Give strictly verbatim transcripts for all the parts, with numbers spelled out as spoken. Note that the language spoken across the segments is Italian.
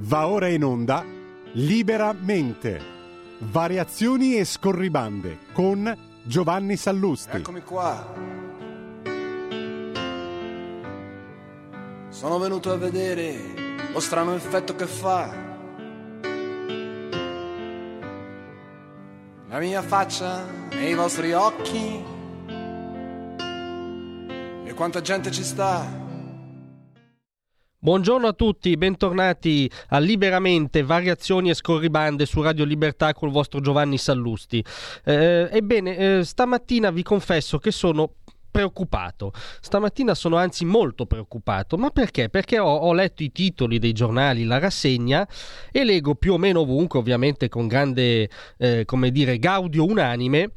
Va ora in onda Liberamente, variazioni e scorribande con Giovanni Sallusti. Eccomi qua. Sono venuto a vedere lo strano effetto che fa la mia faccia nei vostri occhi e quanta gente ci sta. Buongiorno a tutti, bentornati a Liberamente, variazioni e scorribande su Radio Libertà col vostro Giovanni Sallusti. Eh, ebbene, eh, stamattina vi confesso che sono preoccupato. Stamattina sono anzi molto preoccupato. Ma perché? Perché ho, ho letto i titoli dei giornali, la rassegna, e leggo più o meno ovunque, ovviamente con grande, eh, come dire, gaudio unanime,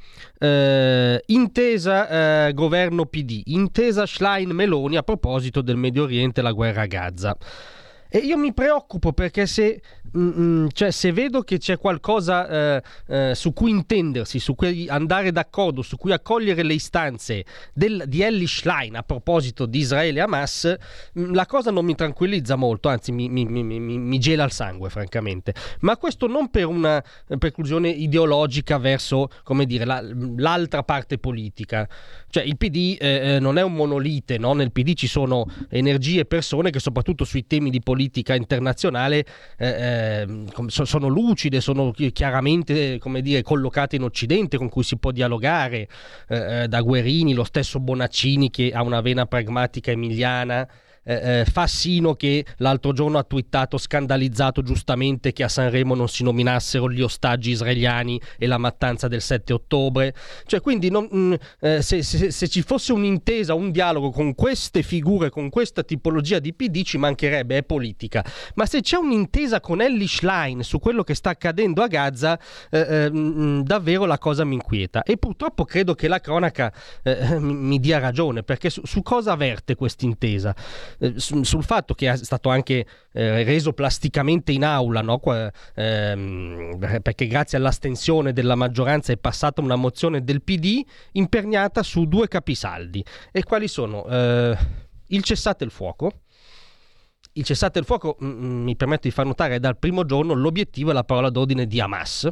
eh, intesa eh, governo P D, intesa Schlein-Meloni a proposito del Medio Oriente e la guerra a Gaza. E io mi preoccupo perché se, mm, cioè se vedo che c'è qualcosa eh, eh, su cui intendersi, su cui andare d'accordo, su cui accogliere le istanze del, di Elly Schlein a proposito di Israele e Hamas, mh, la cosa non mi tranquillizza molto, anzi mi, mi, mi, mi, mi gela il sangue francamente. Ma questo non per una preclusione ideologica verso, come dire, la, l'altra parte politica. Cioè il P D eh, non è un monolite, no? Nel P D ci sono energie e persone che soprattutto sui temi di politica politica internazionale eh, eh, sono lucide, sono chiaramente, come dire, collocate in Occidente, con cui si può dialogare, eh, da Guerini, lo stesso Bonaccini che ha una vena pragmatica emiliana, eh, Fassino che l'altro giorno ha twittato scandalizzato giustamente che a Sanremo non si nominassero gli ostaggi israeliani e la mattanza del sette ottobre. Cioè quindi non, mh, eh, se, se, se ci fosse un'intesa, un dialogo con queste figure, con questa tipologia di P D, ci mancherebbe, è politica. Ma se c'è un'intesa con Elly Schlein su quello che sta accadendo a Gaza, eh, eh, mh, davvero la cosa mi inquieta, e purtroppo credo che la cronaca eh, mi, mi dia ragione, perché su, su cosa avverte quest'intesa? Sul fatto che è stato anche eh, reso plasticamente in aula, no? Qua, ehm, perché grazie all'astensione della maggioranza è passata una mozione del P D imperniata su due capisaldi. E quali sono? Eh, il cessate il fuoco. Il cessate il fuoco, m- mi permetto di far notare, è dal primo giorno l'obiettivo e la parola d'ordine di Hamas,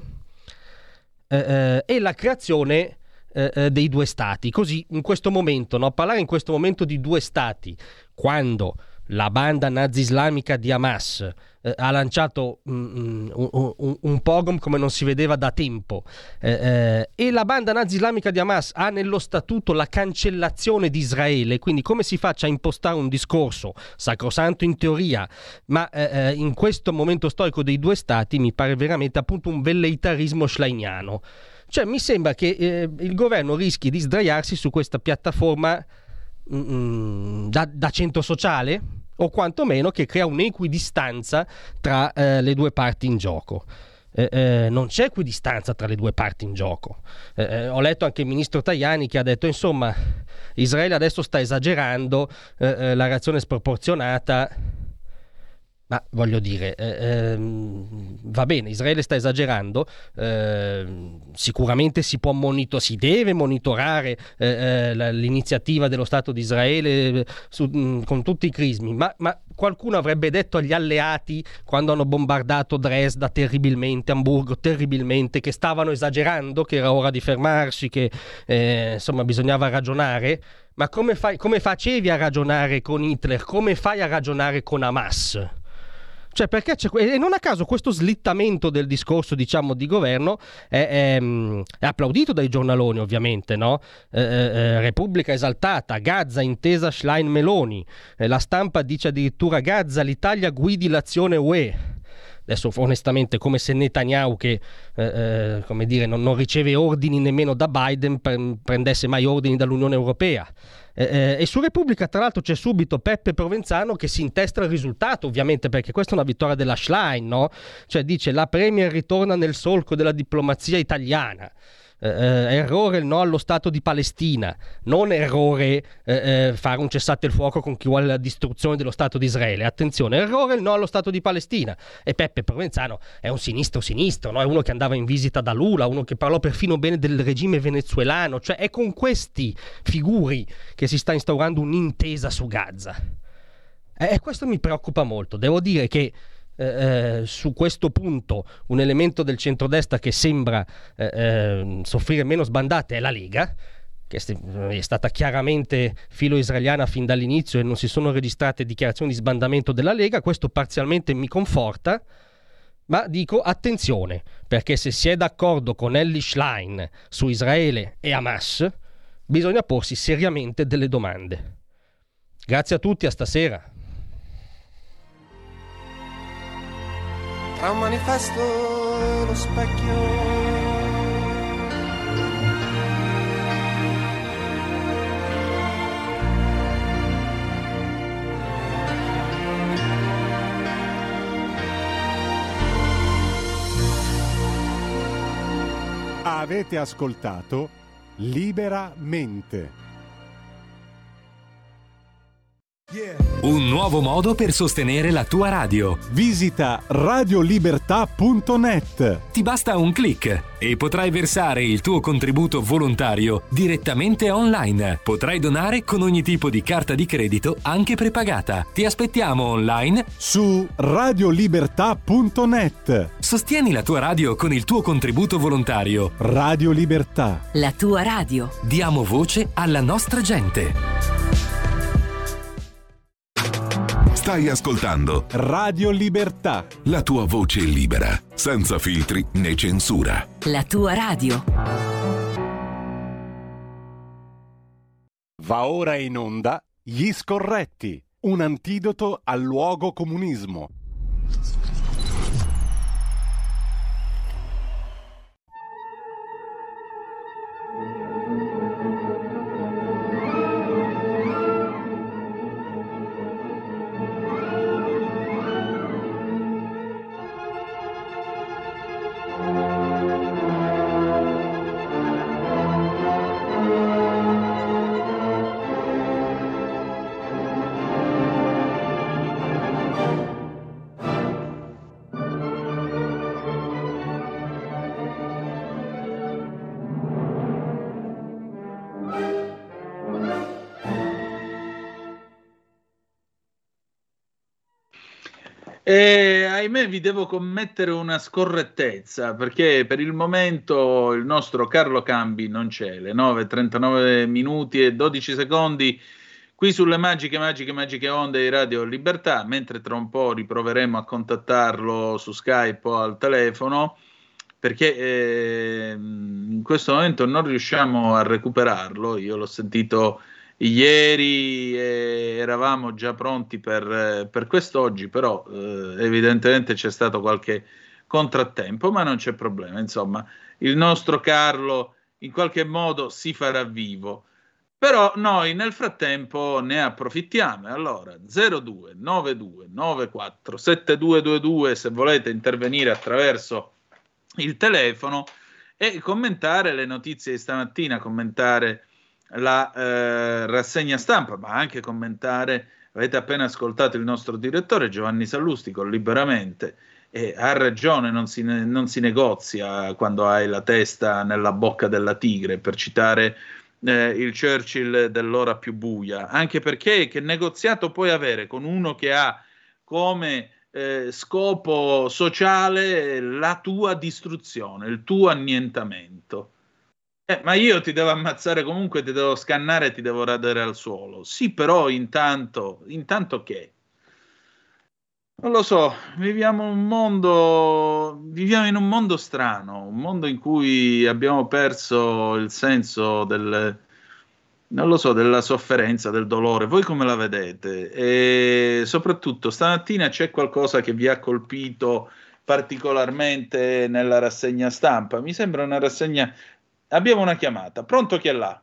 eh, eh, e la creazione eh, dei due stati. Così in questo momento, no? Parlare in questo momento di due stati quando la banda nazi-islamica di Hamas eh, ha lanciato mm, un, un, un pogrom come non si vedeva da tempo, eh, eh, e la banda nazi-islamica di Hamas ha nello statuto la cancellazione di Israele, quindi come si faccia a impostare un discorso sacrosanto in teoria, ma eh, in questo momento storico dei due stati mi pare veramente appunto un velleitarismo schleiniano. Cioè mi sembra che eh, il governo rischi di sdraiarsi su questa piattaforma mm, da, da centro sociale, o quantomeno che crea un'equidistanza tra eh, le due parti in gioco. Eh, eh, non c'è equidistanza tra le due parti in gioco. Eh, eh, ho letto anche il ministro Tajani che ha detto, insomma, Israele adesso sta esagerando, eh, eh, la reazione è sproporzionata. Ma voglio dire, eh, ehm, va bene, Israele sta esagerando, eh, sicuramente si può monitor- si deve monitorare eh, eh, l'iniziativa dello Stato di Israele su, mh, con tutti i crismi, ma, ma qualcuno avrebbe detto agli alleati quando hanno bombardato Dresda terribilmente, Amburgo terribilmente, che stavano esagerando, che era ora di fermarsi, che eh, insomma bisognava ragionare. Ma come fai, come facevi a ragionare con Hitler? Come fai a ragionare con Hamas? Cioè perché c'è, e non a caso questo slittamento del discorso, diciamo, di governo è, è, è applaudito dai giornaloni, ovviamente, no? Eh, eh, Repubblica esaltata, Gaza intesa Schlein-Meloni, eh, la stampa dice addirittura Gaza l'Italia guidi l'azione U E. Adesso onestamente come se Netanyahu, che eh, eh, come dire non, non riceve ordini nemmeno da Biden, pre- prendesse mai ordini dall'Unione Europea. Eh, e su Repubblica tra l'altro c'è subito Peppe Provenzano che si intesta il risultato, ovviamente, perché questa è una vittoria della Schlein, no? Cioè dice la Premier ritorna nel solco della diplomazia italiana. Eh, errore il no allo Stato di Palestina, non errore eh, fare un cessate il fuoco con chi vuole la distruzione dello Stato di Israele. Attenzione, errore il no allo Stato di Palestina. E Peppe Provenzano è un sinistro sinistro, no? È uno che andava in visita da Lula, uno che parlò perfino bene del regime venezuelano. Cioè è con questi figuri che si sta instaurando un'intesa su Gaza. E questo mi preoccupa molto. Devo dire che eh, su questo punto un elemento del centrodestra che sembra eh, eh, soffrire meno sbandate è la Lega, che è stata chiaramente filo israeliana fin dall'inizio e non si sono registrate dichiarazioni di sbandamento della Lega. Questo parzialmente mi conforta, ma dico attenzione, perché se si è d'accordo con Elly Schlein su Israele e Hamas bisogna porsi seriamente delle domande. Grazie a tutti, a stasera. Tra un manifesto e lo specchio avete ascoltato Liberamente. Un nuovo modo per sostenere la tua radio. Visita radiolibertà punto net. Ti basta un click e potrai versare il tuo contributo volontario direttamente online. Potrai donare con ogni tipo di carta di credito, anche prepagata. Ti aspettiamo online su radiolibertà punto net. Sostieni la tua radio con il tuo contributo volontario. Radio Libertà. La tua radio. Diamo voce alla nostra gente. Stai ascoltando Radio Libertà. La tua voce libera, senza filtri né censura. La tua radio. Va ora in onda Gli Scorretti, un antidoto al luogo comunismo. E ahimè vi devo commettere una scorrettezza, perché per il momento il nostro Carlo Cambi non c'è. Le nove e trentanove minuti e dodici secondi qui sulle magiche, magiche, magiche onde di Radio Libertà, mentre tra un po' riproveremo a contattarlo su Skype o al telefono, perché eh, in questo momento non riusciamo a recuperarlo. Io l'ho sentito ieri e eravamo già pronti per, per quest'oggi, però eh, evidentemente c'è stato qualche contrattempo, ma non c'è problema. Insomma, il nostro Carlo in qualche modo si farà vivo. Però noi nel frattempo ne approfittiamo. Allora, zero due nove due nove quattro sette due due due se volete intervenire attraverso il telefono e commentare le notizie di stamattina, commentare la eh, rassegna stampa, ma anche commentare. Avete appena ascoltato il nostro direttore Giovanni Sallusti con Liberamente, e ha ragione, non si, ne, non si negozia quando hai la testa nella bocca della tigre, per citare eh, il Churchill dell'ora più buia, anche perché che negoziato puoi avere con uno che ha come eh, scopo sociale la tua distruzione, il tuo annientamento? Eh, ma io ti devo ammazzare comunque, ti devo scannare e ti devo radere al suolo. Sì, però intanto, intanto che? Non lo so, viviamo un mondo, viviamo in un mondo strano, un mondo in cui abbiamo perso il senso del, non lo so, della sofferenza, del dolore. Voi come la vedete? E soprattutto stamattina c'è qualcosa che vi ha colpito particolarmente nella rassegna stampa? Mi sembra una rassegna... Abbiamo una chiamata. Pronto, chi è là?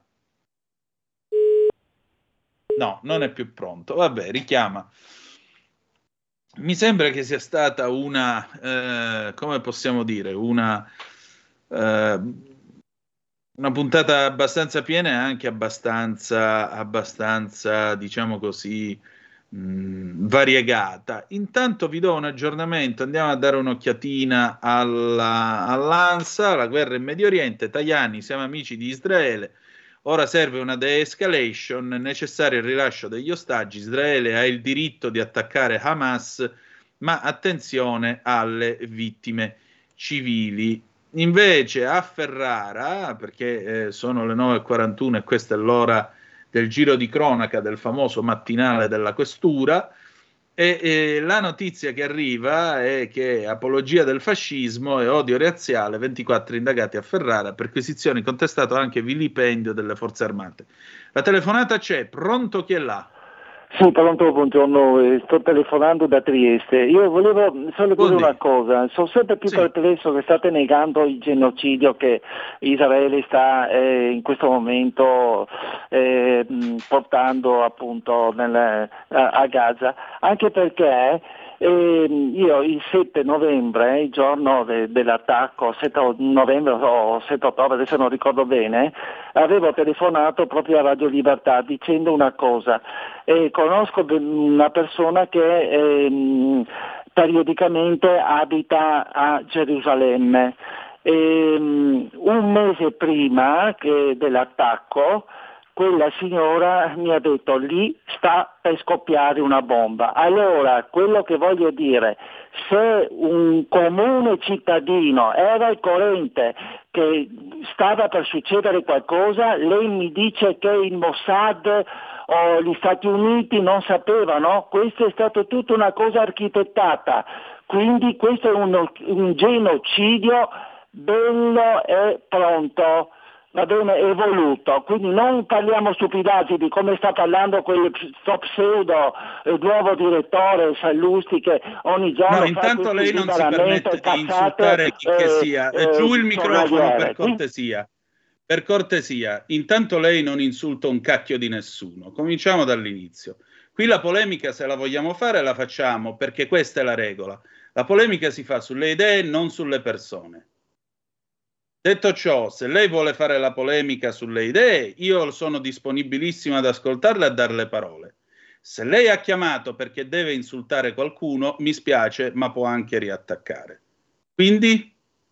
No, non è più pronto. Vabbè, richiama. Mi sembra che sia stata una, eh, come possiamo dire, una, eh, una puntata abbastanza piena e anche abbastanza, abbastanza, diciamo così, mh, variegata. Intanto vi do un aggiornamento, andiamo a dare un'occhiatina alla, all'ANSA, la guerra in Medio Oriente. Tajani, siamo amici di Israele, ora serve una de-escalation, necessario il rilascio degli ostaggi, Israele ha il diritto di attaccare Hamas ma attenzione alle vittime civili. Invece a Ferrara, perché eh, sono le nove e quarantuno e questa è l'ora del giro di cronaca del famoso mattinale della questura, e, e la notizia che arriva è che apologia del fascismo e odio razziale, ventiquattro indagati a Ferrara, perquisizioni contestato anche vilipendio delle forze armate. La telefonata c'è, pronto, chi è là? Sì, pronto, buongiorno, sto telefonando da Trieste. Io volevo solo dire una cosa, sono sempre più sì. perplesso che state negando il genocidio che Israele sta eh, in questo momento eh, portando appunto nel, a, a Gaza, anche perché eh, io il sette novembre, il giorno de, dell'attacco, sette novembre o sette ottobre, adesso non ricordo bene, avevo telefonato proprio a Radio Libertà dicendo una cosa. Eh, conosco una persona che eh, periodicamente abita a Gerusalemme. E, um, un mese prima che dell'attacco quella signora mi ha detto lì sta per scoppiare una bomba. Allora, quello che voglio dire, se un comune cittadino era al corrente che stava per succedere qualcosa, lei mi dice che il Mossad o gli Stati Uniti non sapevano? Questo è stato tutta una cosa architettata, quindi questo è un, un genocidio bello e pronto, va bene, è voluto, quindi non parliamo stupidaggini come sta parlando quel pseudo eh, nuovo direttore Sallusti che ogni giorno no, intanto lei non si permette di insultare chi che sia, eh, giù il microfono per cortesia. Per cortesia, intanto lei non insulta un cacchio di nessuno. Cominciamo dall'inizio. Qui la polemica, se la vogliamo fare, la facciamo, perché questa è la regola. La polemica si fa sulle idee, non sulle persone. Detto ciò, se lei vuole fare la polemica sulle idee, io sono disponibilissimo ad ascoltarle e a darle parole. Se lei ha chiamato perché deve insultare qualcuno, mi spiace, ma può anche riattaccare. Quindi...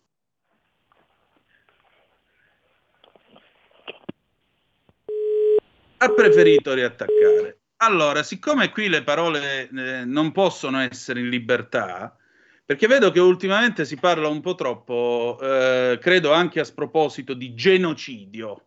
ha preferito riattaccare. Allora, siccome qui le parole eh, non possono essere in libertà, perché vedo che ultimamente si parla un po' troppo, eh, credo anche a sproposito di genocidio.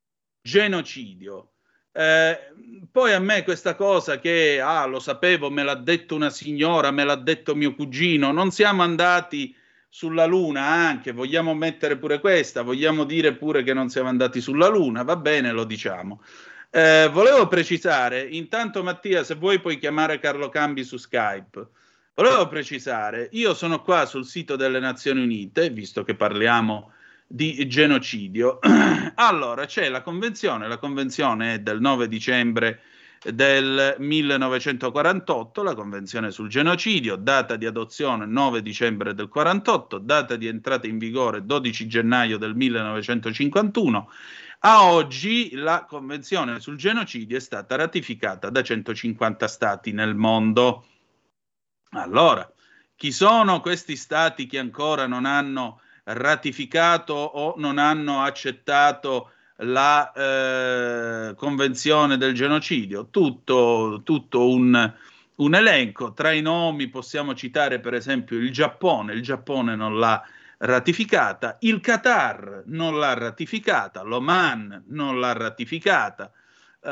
Genocidio. Eh, poi a me questa cosa che, ah, lo sapevo, me l'ha detto una signora, me l'ha detto mio cugino, non siamo andati sulla Luna anche, vogliamo mettere pure questa, vogliamo dire pure che non siamo andati sulla Luna, va bene, lo diciamo. Eh, volevo precisare, intanto Mattia, se vuoi puoi chiamare Carlo Cambi su Skype. Volevo precisare, io sono qua sul sito delle Nazioni Unite, visto che parliamo di genocidio. Allora, c'è la convenzione, la convenzione è del nove dicembre del millenovecentoquarantotto, la convenzione sul genocidio, data di adozione nove dicembre del quarantotto, data di entrata in vigore dodici gennaio del millenovecentocinquantuno. A oggi la Convenzione sul genocidio è stata ratificata da centocinquanta stati nel mondo. Allora, chi sono questi stati che ancora non hanno ratificato o non hanno accettato la eh, Convenzione del genocidio? Tutto, tutto un, un elenco. Tra i nomi possiamo citare per esempio il Giappone. Il Giappone non l'ha ratificata, il Qatar non l'ha ratificata, l'Oman non l'ha ratificata, eh,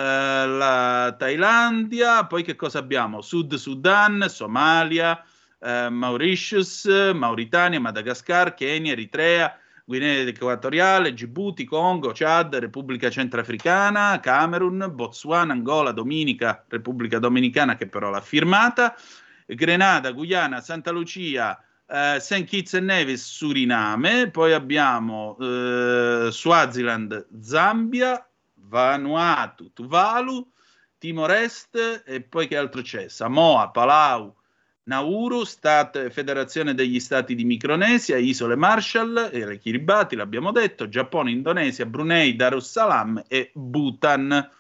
la Thailandia, poi che cosa abbiamo? Sud Sudan, Somalia, eh, Mauritius, Mauritania, Madagascar, Kenya, Eritrea, Guinea Equatoriale, Djibouti, Congo, Chad, Repubblica Centrafricana, Camerun, Botswana, Angola, Dominica, Repubblica Dominicana che però l'ha firmata, Grenada, Guyana, Santa Lucia, Uh, Saint Kitts and Nevis, Suriname, poi abbiamo uh, Swaziland, Zambia, Vanuatu, Tuvalu, Timor-Est e poi che altro c'è? Samoa, Palau, Nauru, Stat- Federazione degli Stati di Micronesia, Isole Marshall e le Kiribati, l'abbiamo detto, Giappone, Indonesia, Brunei, Darussalam e Bhutan.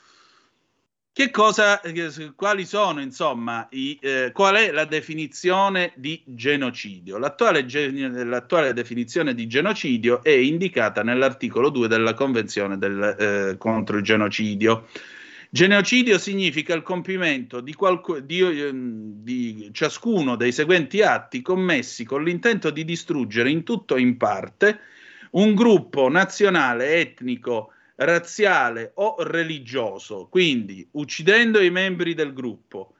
Che cosa, quali sono, insomma, i, eh, qual è la definizione di genocidio? L'attuale, l'attuale definizione di genocidio è indicata nell'articolo due della Convenzione del, eh, contro il genocidio. Genocidio significa il compimento di, qualco, di, di ciascuno dei seguenti atti commessi con l'intento di distruggere in tutto o in parte un gruppo nazionale, etnico, razziale o religioso, quindi uccidendo i membri del gruppo,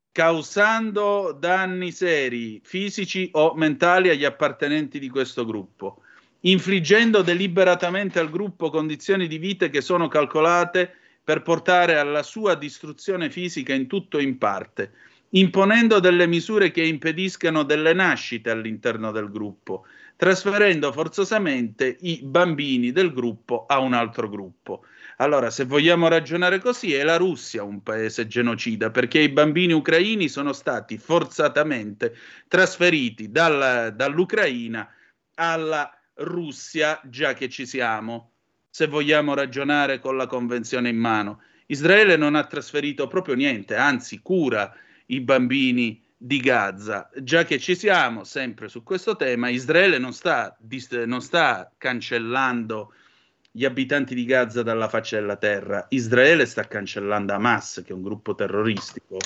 causando danni seri, fisici o mentali agli appartenenti di questo gruppo, infliggendo deliberatamente al gruppo condizioni di vita che sono calcolate per portare alla sua distruzione fisica in tutto o in parte, imponendo delle misure che impediscano delle nascite all'interno del gruppo, trasferendo forzosamente i bambini del gruppo a un altro gruppo. Allora, se vogliamo ragionare così, è la Russia un paese genocida, perché i bambini ucraini sono stati forzatamente trasferiti dal, dall'Ucraina alla Russia, già che ci siamo, se vogliamo ragionare con la convenzione in mano. Israele non ha trasferito proprio niente, anzi cura i bambini di Gaza. Già che ci siamo, sempre su questo tema, Israele non sta, non sta cancellando gli abitanti di Gaza dalla faccia della terra. Israele sta cancellando Hamas, che è un gruppo terroristico.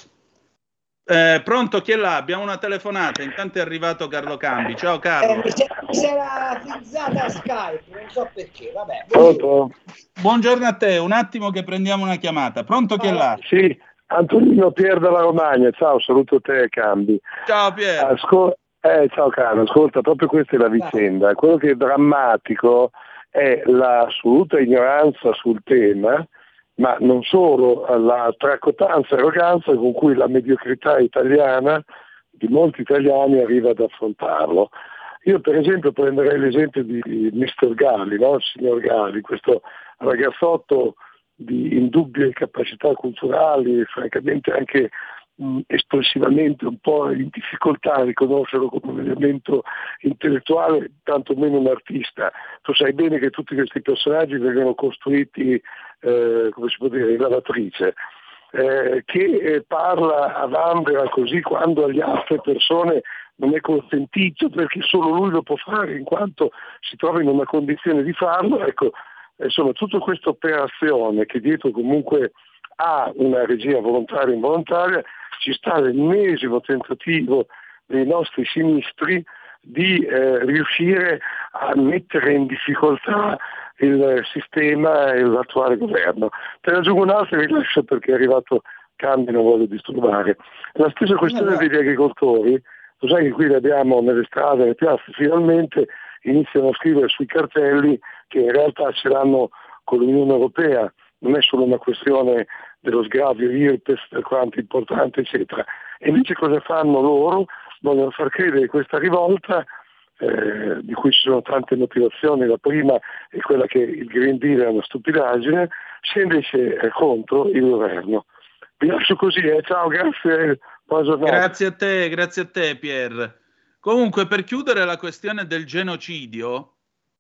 Eh, pronto, chi è là? Abbiamo una telefonata. Intanto è arrivato Carlo Cambi. Ciao Carlo. Eh, mi si era frizzata Skype, non so perché. Vabbè. Pronto? Buongiorno a te, un attimo che prendiamo una chiamata. Pronto, chi è là? Sì, Antonino Pier dalla Romagna. Ciao, saluto te Cambi. Ciao Pier. Ascol- eh, ciao caro, ascolta, proprio questa è la vicenda. Quello che è drammatico è l'assoluta ignoranza sul tema, ma non solo, la tracotanza e arroganza con cui la mediocrità italiana di molti italiani arriva ad affrontarlo. Io per esempio prenderei l'esempio di mister Gali, no? Il signor Gali, questo ragazzotto di indubbie capacità culturali, francamente anche mh, espressivamente un po' in difficoltà a riconoscerlo come un elemento intellettuale, tanto meno un artista. Tu sai bene che tutti questi personaggi vengono costruiti, eh, come si può dire, in lavatrice, eh, che eh, parla a vanvera così quando alle altre persone non è consentito perché solo lui lo può fare in quanto si trova in una condizione di farlo. Ecco, insomma, tutta questa operazione che dietro comunque ha una regia volontaria e involontaria, ci sta l'ennesimo tentativo dei nostri sinistri di eh, riuscire a mettere in difficoltà il sistema e l'attuale governo. Te ne aggiungo un'altra e rilascio perché è arrivato Cambi, non voglio disturbare. La stessa questione degli agricoltori, lo sai che qui li abbiamo nelle strade, nelle piazze, finalmente iniziano a scrivere sui cartelli che in realtà ce l'hanno con l'Unione Europea, non è solo una questione dello sgravio IRPEF, per quanto importante, eccetera. E invece cosa fanno loro? Vogliono far credere questa rivolta, eh, di cui ci sono tante motivazioni, la prima è quella che il Green Deal è una stupidaggine, se invece è contro il governo. Vi lascio così, eh. Ciao, grazie, buona giornata. Grazie a te, grazie a te Pier. Comunque, per chiudere la questione del genocidio,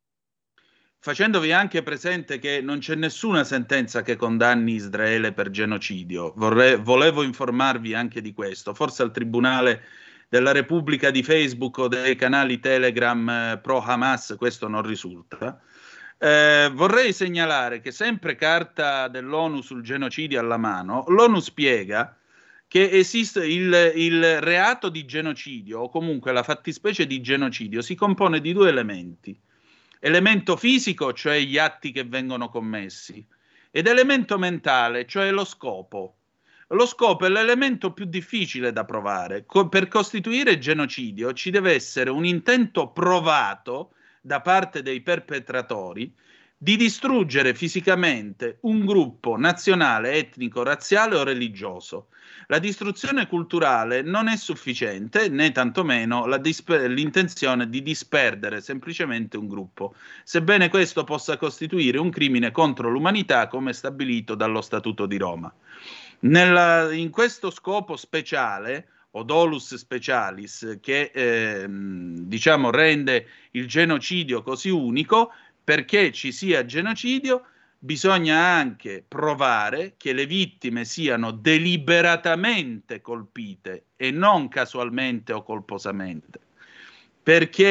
facendovi anche presente che non c'è nessuna sentenza che condanni Israele per genocidio, vorrei, volevo informarvi anche di questo, forse al Tribunale della Repubblica di Facebook o dei canali Telegram eh, pro Hamas questo non risulta. Eh, vorrei segnalare che sempre carta dell'ONU sul genocidio alla mano, l'ONU spiega che esiste il, il reato di genocidio o comunque la fattispecie di genocidio si compone di due elementi. Elemento fisico, cioè gli atti che vengono commessi, ed elemento mentale, cioè lo scopo. Lo scopo è l'elemento più difficile da provare. Co- per costituire genocidio ci deve essere un intento provato da parte dei perpetratori di distruggere fisicamente un gruppo nazionale, etnico, razziale o religioso. La distruzione culturale non è sufficiente, né tantomeno la disper- l'intenzione di disperdere semplicemente un gruppo, sebbene questo possa costituire un crimine contro l'umanità come stabilito dallo Statuto di Roma. Nella, in questo scopo speciale, o dolus specialis, che eh, diciamo rende il genocidio così unico, perché ci sia genocidio bisogna anche provare che le vittime siano deliberatamente colpite e non casualmente o colposamente, perché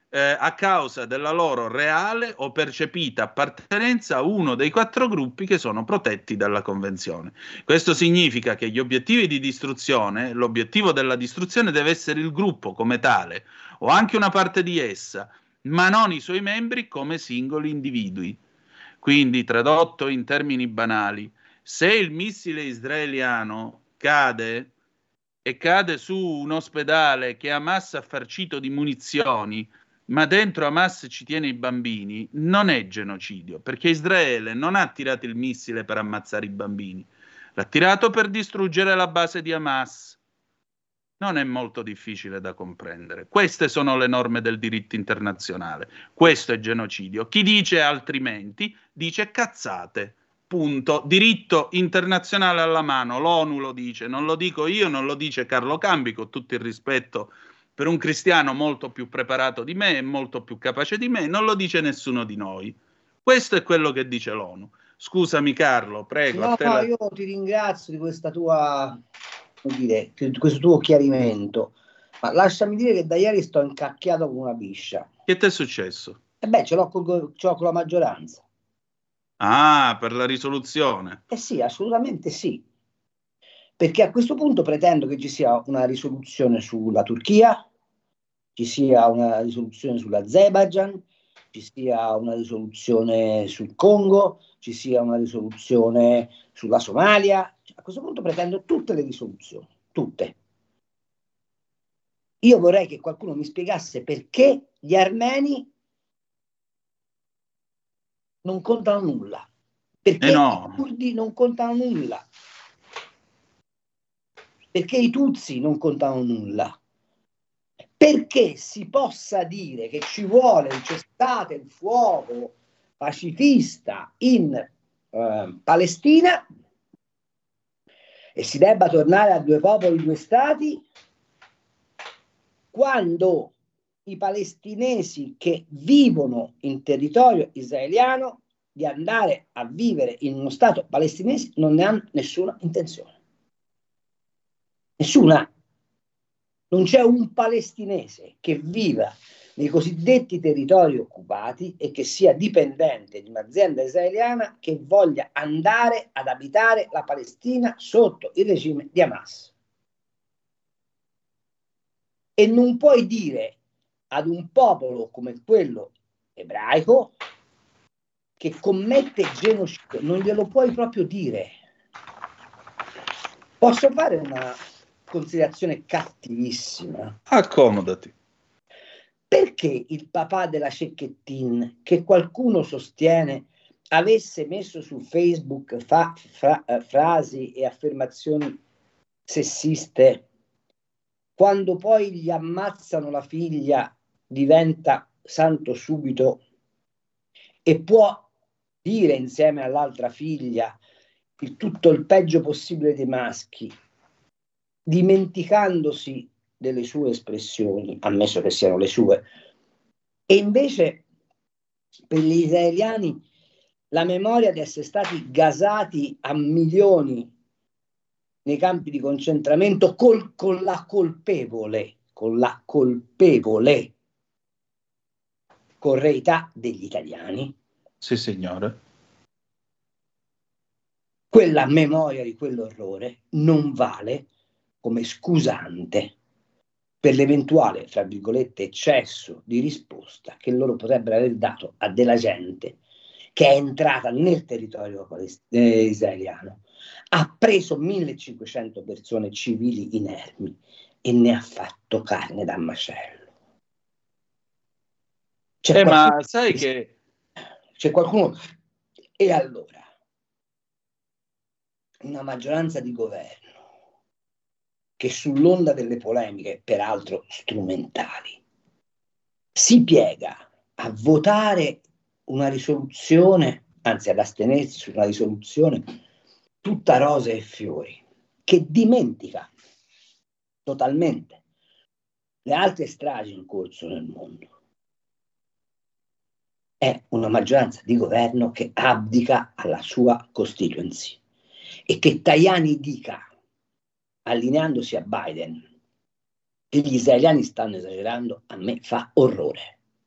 eh, a causa della loro reale o percepita appartenenza a uno dei quattro gruppi che sono protetti dalla Convenzione. Questo significa che gli obiettivi di distruzione, l'obiettivo della distruzione deve essere il gruppo come tale, o anche una parte di essa, ma non i suoi membri come singoli individui. Quindi, tradotto in termini banali, se il missile israeliano cade e cade su un ospedale che Hamas ha farcito di munizioni, ma dentro Hamas ci tiene i bambini, non è genocidio, perché Israele non ha tirato il missile per ammazzare i bambini, l'ha tirato per distruggere la base di Hamas. Non è molto difficile da comprendere. Queste sono le norme del diritto internazionale. Questo è genocidio. Chi dice altrimenti dice cazzate. Punto. Diritto internazionale alla mano. L'ONU lo dice, non lo dico io, non lo dice Carlo Cambi, con tutto il rispetto per un cristiano molto più preparato di me e molto più capace di me, non lo dice nessuno di noi. Questo è quello che dice l'ONU. Scusami Carlo, prego. No, a te no, la... io ti ringrazio di questa tua, come dire, di questo tuo chiarimento, ma lasciami dire che da ieri sto incacchiato come una biscia. Che ti è successo? E beh, ce l'ho, col, ce l'ho con la maggioranza. Ah, per la risoluzione. Eh sì, assolutamente sì. Perché a questo punto pretendo che ci sia una risoluzione sulla Turchia, ci sia una risoluzione sull'Azerbaijan, ci sia una risoluzione sul Congo, ci sia una risoluzione sulla Somalia. A questo punto pretendo tutte le risoluzioni, tutte. Io vorrei che qualcuno mi spiegasse perché gli armeni non contano nulla, perché eh no. i curdi non contano nulla, perché i tutsi non contano nulla, perché si possa dire che ci vuole il cessate il fuoco pacifista in eh, Palestina e si debba tornare a due popoli, due stati, quando i palestinesi che vivono in territorio israeliano di andare a vivere in uno stato palestinese non ne hanno nessuna intenzione. Nessuna. Non c'è un palestinese che viva nei cosiddetti territori occupati e che sia dipendente di un'azienda israeliana che voglia andare ad abitare la Palestina sotto il regime di Hamas. E non puoi dire ad un popolo come quello ebraico che commette genocidio, non glielo puoi proprio dire. Posso fare una considerazione cattivissima? Accomodati. Perché il papà della Cecchettin, che qualcuno sostiene avesse messo su Facebook fa, fra, eh, frasi e affermazioni sessiste, quando poi gli ammazzano la figlia diventa santo subito e può dire insieme all'altra figlia il tutto il peggio possibile dei maschi, dimenticandosi delle sue espressioni, ammesso che siano le sue. E invece per gli israeliani la memoria di essere stati gasati a milioni nei campi di concentramento col, con la colpevole, con la colpevole correità degli italiani. Sì, signore. Quella memoria di quell'orrore non vale come scusante per l'eventuale, fra virgolette, eccesso di risposta che loro potrebbero aver dato a della gente che è entrata nel territorio eh, israeliano, ha preso millecinquecento persone civili inermi e ne ha fatto carne da macello. C'è eh, qualcuno, ma sai che c'è qualcuno, e allora una maggioranza di governo che sull'onda delle polemiche, peraltro strumentali, si piega a votare una risoluzione, anzi ad astenersi su una risoluzione tutta rose e fiori, che dimentica totalmente le altre stragi in corso nel mondo. È una maggioranza di governo che abdica alla sua constituency e che Tajani dica, allineandosi a Biden, che gli israeliani stanno esagerando, a me fa orrore.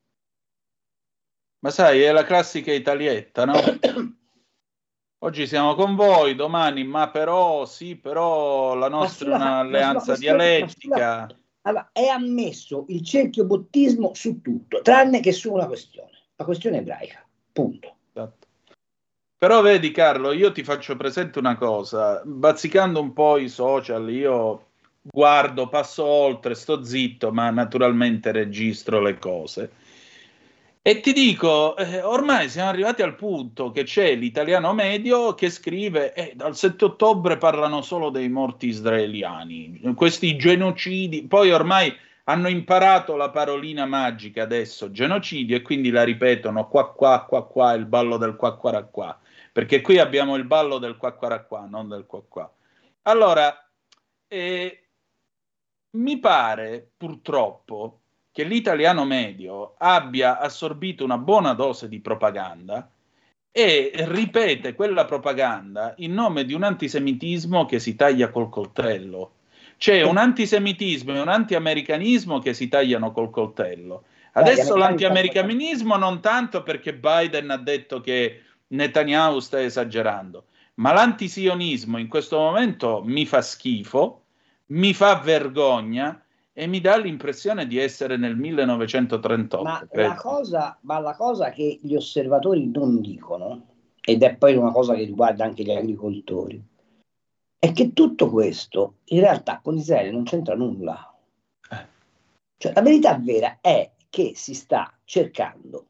Ma sai, è la classica italietta, no? Oggi siamo con voi, domani, ma però, sì, però la nostra è un'alleanza dialettica. Sulla, allora, è ammesso il cerchiobottismo su tutto, tranne che su una questione, la questione ebraica, punto. Esatto. Però vedi Carlo, io ti faccio presente una cosa, bazzicando un po' i social, io guardo, passo oltre, sto zitto, ma naturalmente registro le cose. E ti dico, eh, ormai siamo arrivati al punto che c'è l'italiano medio che scrive eh, dal sette ottobre parlano solo dei morti israeliani, questi genocidi, poi ormai hanno imparato la parolina magica adesso, genocidio, e quindi la ripetono qua qua qua qua, il ballo del qua qua qua, perché qui abbiamo il ballo del qua qua qua, non del qua qua. Allora, eh, mi pare purtroppo che l'italiano medio abbia assorbito una buona dose di propaganda e ripete quella propaganda in nome di un antisemitismo che si taglia col coltello. C'è un antisemitismo e un antiamericanismo che si tagliano col coltello. Adesso l'antiamericanismo non tanto perché Biden ha detto che Netanyahu sta esagerando, ma l'antisionismo in questo momento mi fa schifo, mi fa vergogna e mi dà l'impressione di essere nel millenovecentotrentotto. Ma la, cosa, ma la cosa che gli osservatori non dicono, ed è poi una cosa che riguarda anche gli agricoltori, è che tutto questo in realtà con Israele non c'entra nulla. Cioè, la verità vera è che si sta cercando,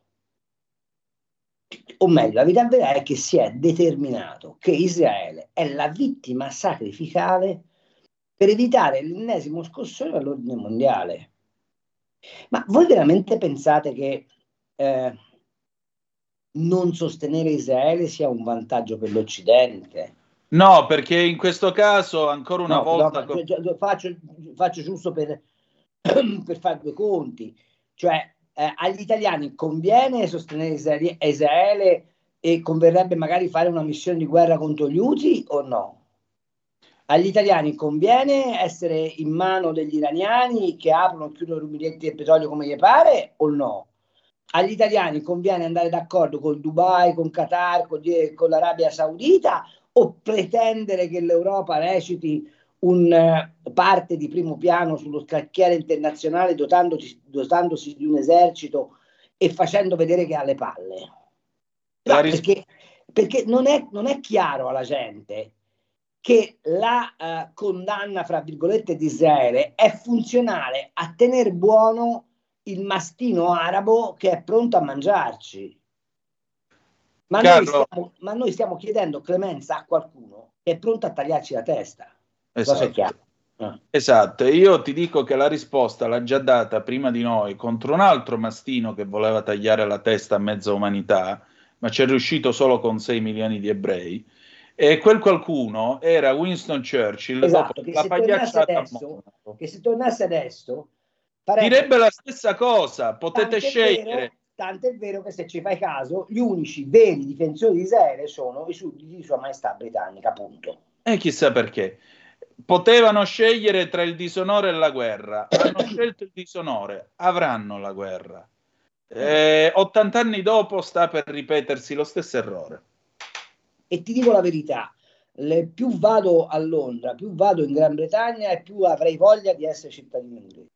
o meglio, la verità vera è che si è determinato che Israele è la vittima sacrificale per evitare l'ennesimo scossone all'ordine mondiale. Ma voi veramente pensate che eh, non sostenere Israele sia un vantaggio per l'Occidente? No, perché in questo caso, ancora una no, volta... No, co- faccio, faccio giusto per, per fare due conti. Cioè, eh, agli italiani conviene sostenere Israele, Israele e converrebbe magari fare una missione di guerra contro gli Houthi o no? Agli italiani conviene essere in mano degli iraniani che aprono e chiudono i rubinetti del petrolio come gli pare o no? Agli italiani conviene andare d'accordo con Dubai, con Qatar, con, con l'Arabia Saudita o pretendere che l'Europa reciti un uh, parte di primo piano sullo scacchiere internazionale dotandosi, dotandosi di un esercito e facendo vedere che ha le palle? No, ris- perché, perché non è, non è chiaro alla gente che la uh, condanna, fra virgolette, di Israele è funzionale a tenere buono il mastino arabo che è pronto a mangiarci. Ma noi, stiamo, ma noi stiamo chiedendo clemenza a qualcuno che è pronto a tagliarci la testa. Esatto. Ah. Esatto, e io ti dico che la risposta l'ha già data prima di noi contro un altro mastino che voleva tagliare la testa a mezza umanità, ma ci è riuscito solo con sei milioni di ebrei. E quel qualcuno era Winston Churchill. Esatto, dopo che, la se tornasse adesso, che se tornasse adesso farebbe... direbbe la stessa cosa, potete scegliere. Vero, tanto è vero che se ci fai caso, gli unici veri difensori di Israele sono i sudditi di Sua Maestà Britannica, appunto. E chissà perché. Potevano scegliere tra il disonore e la guerra, hanno scelto il disonore, avranno la guerra. Eh, ottanta anni dopo sta per ripetersi lo stesso errore. E ti dico la verità, le, più vado a Londra, più vado in Gran Bretagna e più avrei voglia di essere cittadino inglese.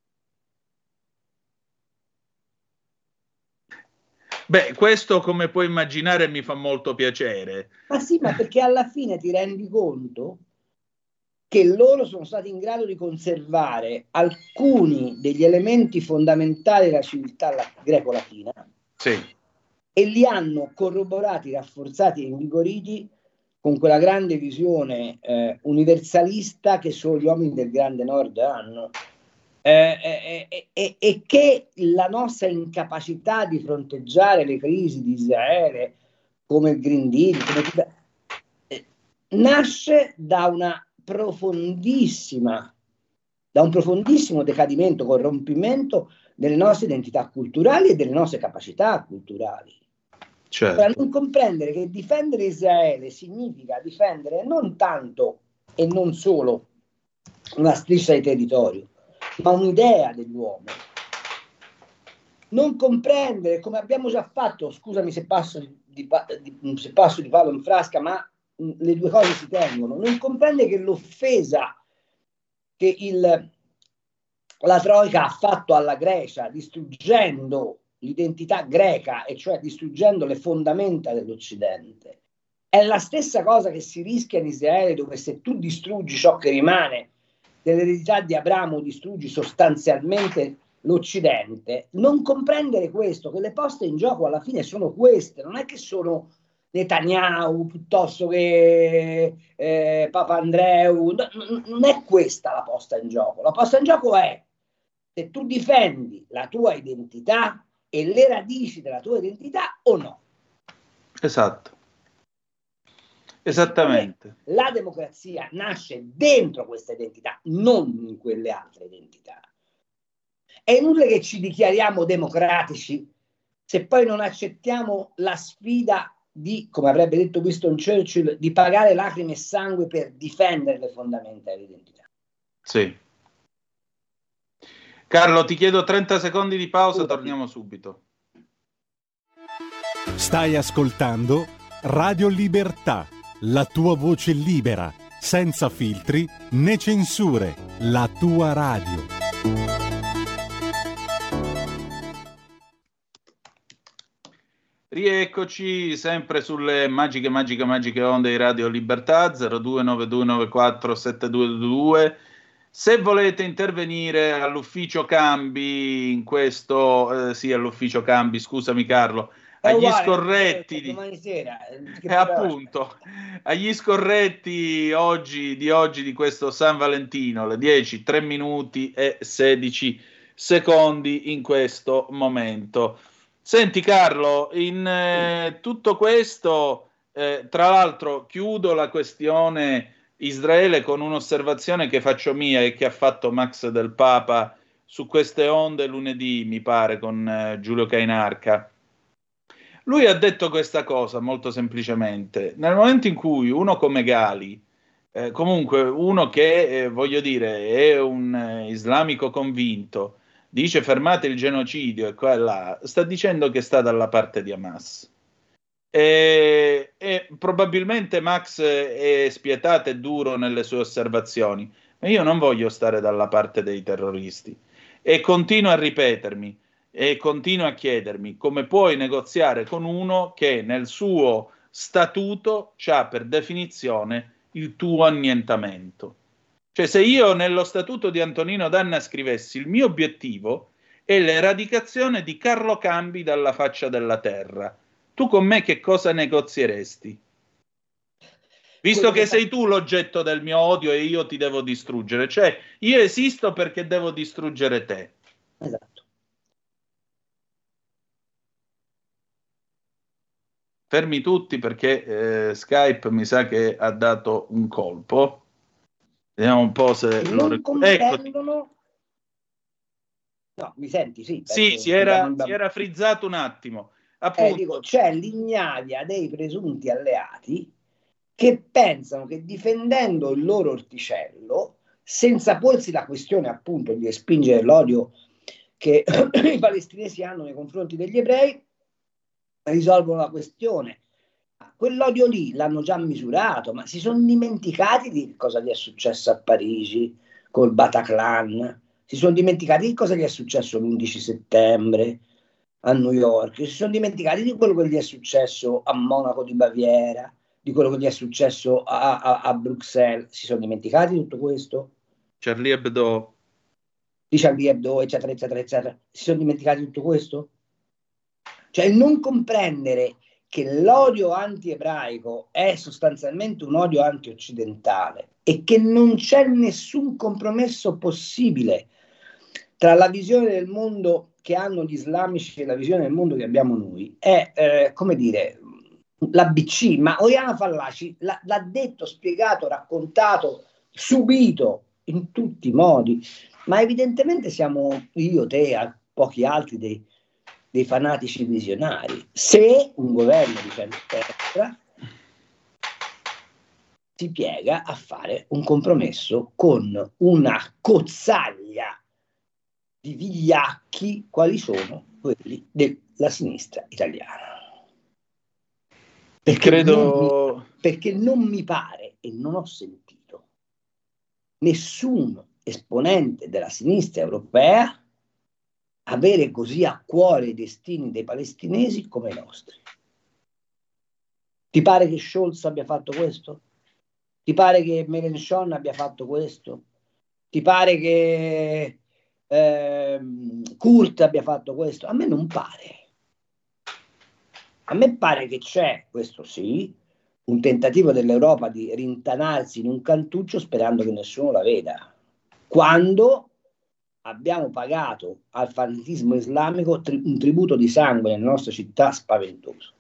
Beh, questo come puoi immaginare mi fa molto piacere. Ma sì, ma perché alla fine ti rendi conto che loro sono stati in grado di conservare alcuni degli elementi fondamentali della civiltà greco-latina. Sì. E li hanno corroborati, rafforzati e invigoriti con quella grande visione eh, universalista che solo gli uomini del Grande Nord hanno. Eh, eh, eh, eh, e che la nostra incapacità di fronteggiare le crisi di Israele, come il Green Deal, come, eh, nasce da una profondissima, da un profondissimo decadimento, corrompimento delle nostre identità culturali e delle nostre capacità culturali. Certo. Per non comprendere che difendere Israele significa difendere non tanto e non solo una striscia di territorio, ma un'idea dell'uomo. non comprendere, come abbiamo già fatto, scusami se passo di, di, di, se passo di palo in frasca, ma mh, le due cose si tengono, non comprende che l'offesa che il, la Troika ha fatto alla Grecia, distruggendo l'identità greca, e cioè distruggendo le fondamenta dell'Occidente, è la stessa cosa che si rischia in Israele, dove se tu distruggi ciò che rimane dell'eredità di Abramo, distruggi sostanzialmente l'Occidente. Non comprendere questo, che le poste in gioco alla fine sono queste, non è che sono Netanyahu piuttosto che eh, Papandreou, no, non è questa la posta in gioco. La posta in gioco è se tu difendi la tua identità e le radici della tua identità o no. Esatto. Esattamente. La democrazia nasce dentro questa identità, non in quelle altre identità. È inutile che ci dichiariamo democratici se poi non accettiamo la sfida di, come avrebbe detto Winston Churchill, di pagare lacrime e sangue per difendere le fondamenta dell'identità. Sì. Carlo, ti chiedo trenta secondi di pausa, Scusami. Torniamo subito. Stai ascoltando Radio Libertà, la tua voce libera, senza filtri né censure, la tua radio. Rieccoci sempre sulle magiche, magiche, magiche onde di Radio Libertà, zero due nove due nove quattro sette due due due. Se volete intervenire all'ufficio cambi in questo, eh, sì, all'ufficio cambi, scusami Carlo, agli uguale, scorretti di, domani sera, eh, appunto, agli scorretti oggi, di oggi di questo San Valentino, le dieci, tre minuti e sedici secondi in questo momento. Senti Carlo, in eh, tutto questo, eh, tra l'altro chiudo la questione Israele con un'osservazione che faccio mia e che ha fatto Max Del Papa su queste onde lunedì, mi pare, con eh, Giulio Cainarca. Lui ha detto questa cosa molto semplicemente: nel momento in cui uno come Gali, eh, comunque uno che, eh, voglio dire, è un eh, islamico convinto, dice fermate il genocidio e qua e là, sta dicendo che sta dalla parte di Hamas. E, e probabilmente Max è spietato e duro nelle sue osservazioni, ma io non voglio stare dalla parte dei terroristi e continuo a ripetermi e continuo a chiedermi come puoi negoziare con uno che nel suo statuto c'ha per definizione il tuo annientamento. Cioè, se io nello statuto di Antonino Danna scrivessi il mio obiettivo è l'eradicazione di Carlo Cambi dalla faccia della terra, tu con me che cosa negozieresti? Visto che sei tu l'oggetto del mio odio e io ti devo distruggere, cioè io esisto perché devo distruggere te. Esatto. Fermi tutti perché eh, Skype mi sa che ha dato un colpo. Vediamo un po' se non lo comprendono. No, mi senti? Sì, sì, si era, si era frizzato un attimo. Eh, dico, c'è l'ignavia dei presunti alleati che pensano che difendendo il loro orticello, senza porsi la questione appunto di respingere l'odio che i palestinesi hanno nei confronti degli ebrei, risolvono la questione. Quell'odio lì l'hanno già misurato, ma si sono dimenticati di cosa gli è successo a Parigi col Bataclan, si sono dimenticati di cosa gli è successo l'undici settembre a New York, si sono dimenticati di quello che gli è successo a Monaco di Baviera, di quello che gli è successo a, a, a Bruxelles. Si sono dimenticati di tutto questo? Charlie Hebdo. Di Charlie Hebdo, eccetera, eccetera, eccetera. Si sono dimenticati di tutto questo? Cioè, non comprendere che l'odio anti-ebraico è sostanzialmente un odio anti-occidentale e che non c'è nessun compromesso possibile tra la visione del mondo che hanno gli islamici e la visione del mondo che abbiamo noi, è, eh, come dire, l'A B C, ma Oriana Fallaci l'ha, l'ha detto, spiegato, raccontato, subito in tutti i modi, ma evidentemente siamo io, te e pochi altri dei, dei fanatici visionari. Se un governo di centrodestra si piega a fare un compromesso con una cozzaglia di vigliacchi quali sono quelli della sinistra italiana. Perché, Credo... non mi, perché non mi pare e non ho sentito nessun esponente della sinistra europea avere così a cuore i destini dei palestinesi come i nostri. Ti pare che Scholz abbia fatto questo? Ti pare che Mélenchon abbia fatto questo? Ti pare che eh, Kurt abbia fatto questo? A me non pare. A me pare che c'è, questo sì, un tentativo dell'Europa di rintanarsi in un cantuccio sperando che nessuno la veda. Quando abbiamo pagato al fanatismo islamico tri- un tributo di sangue nelle nostre città spaventoso.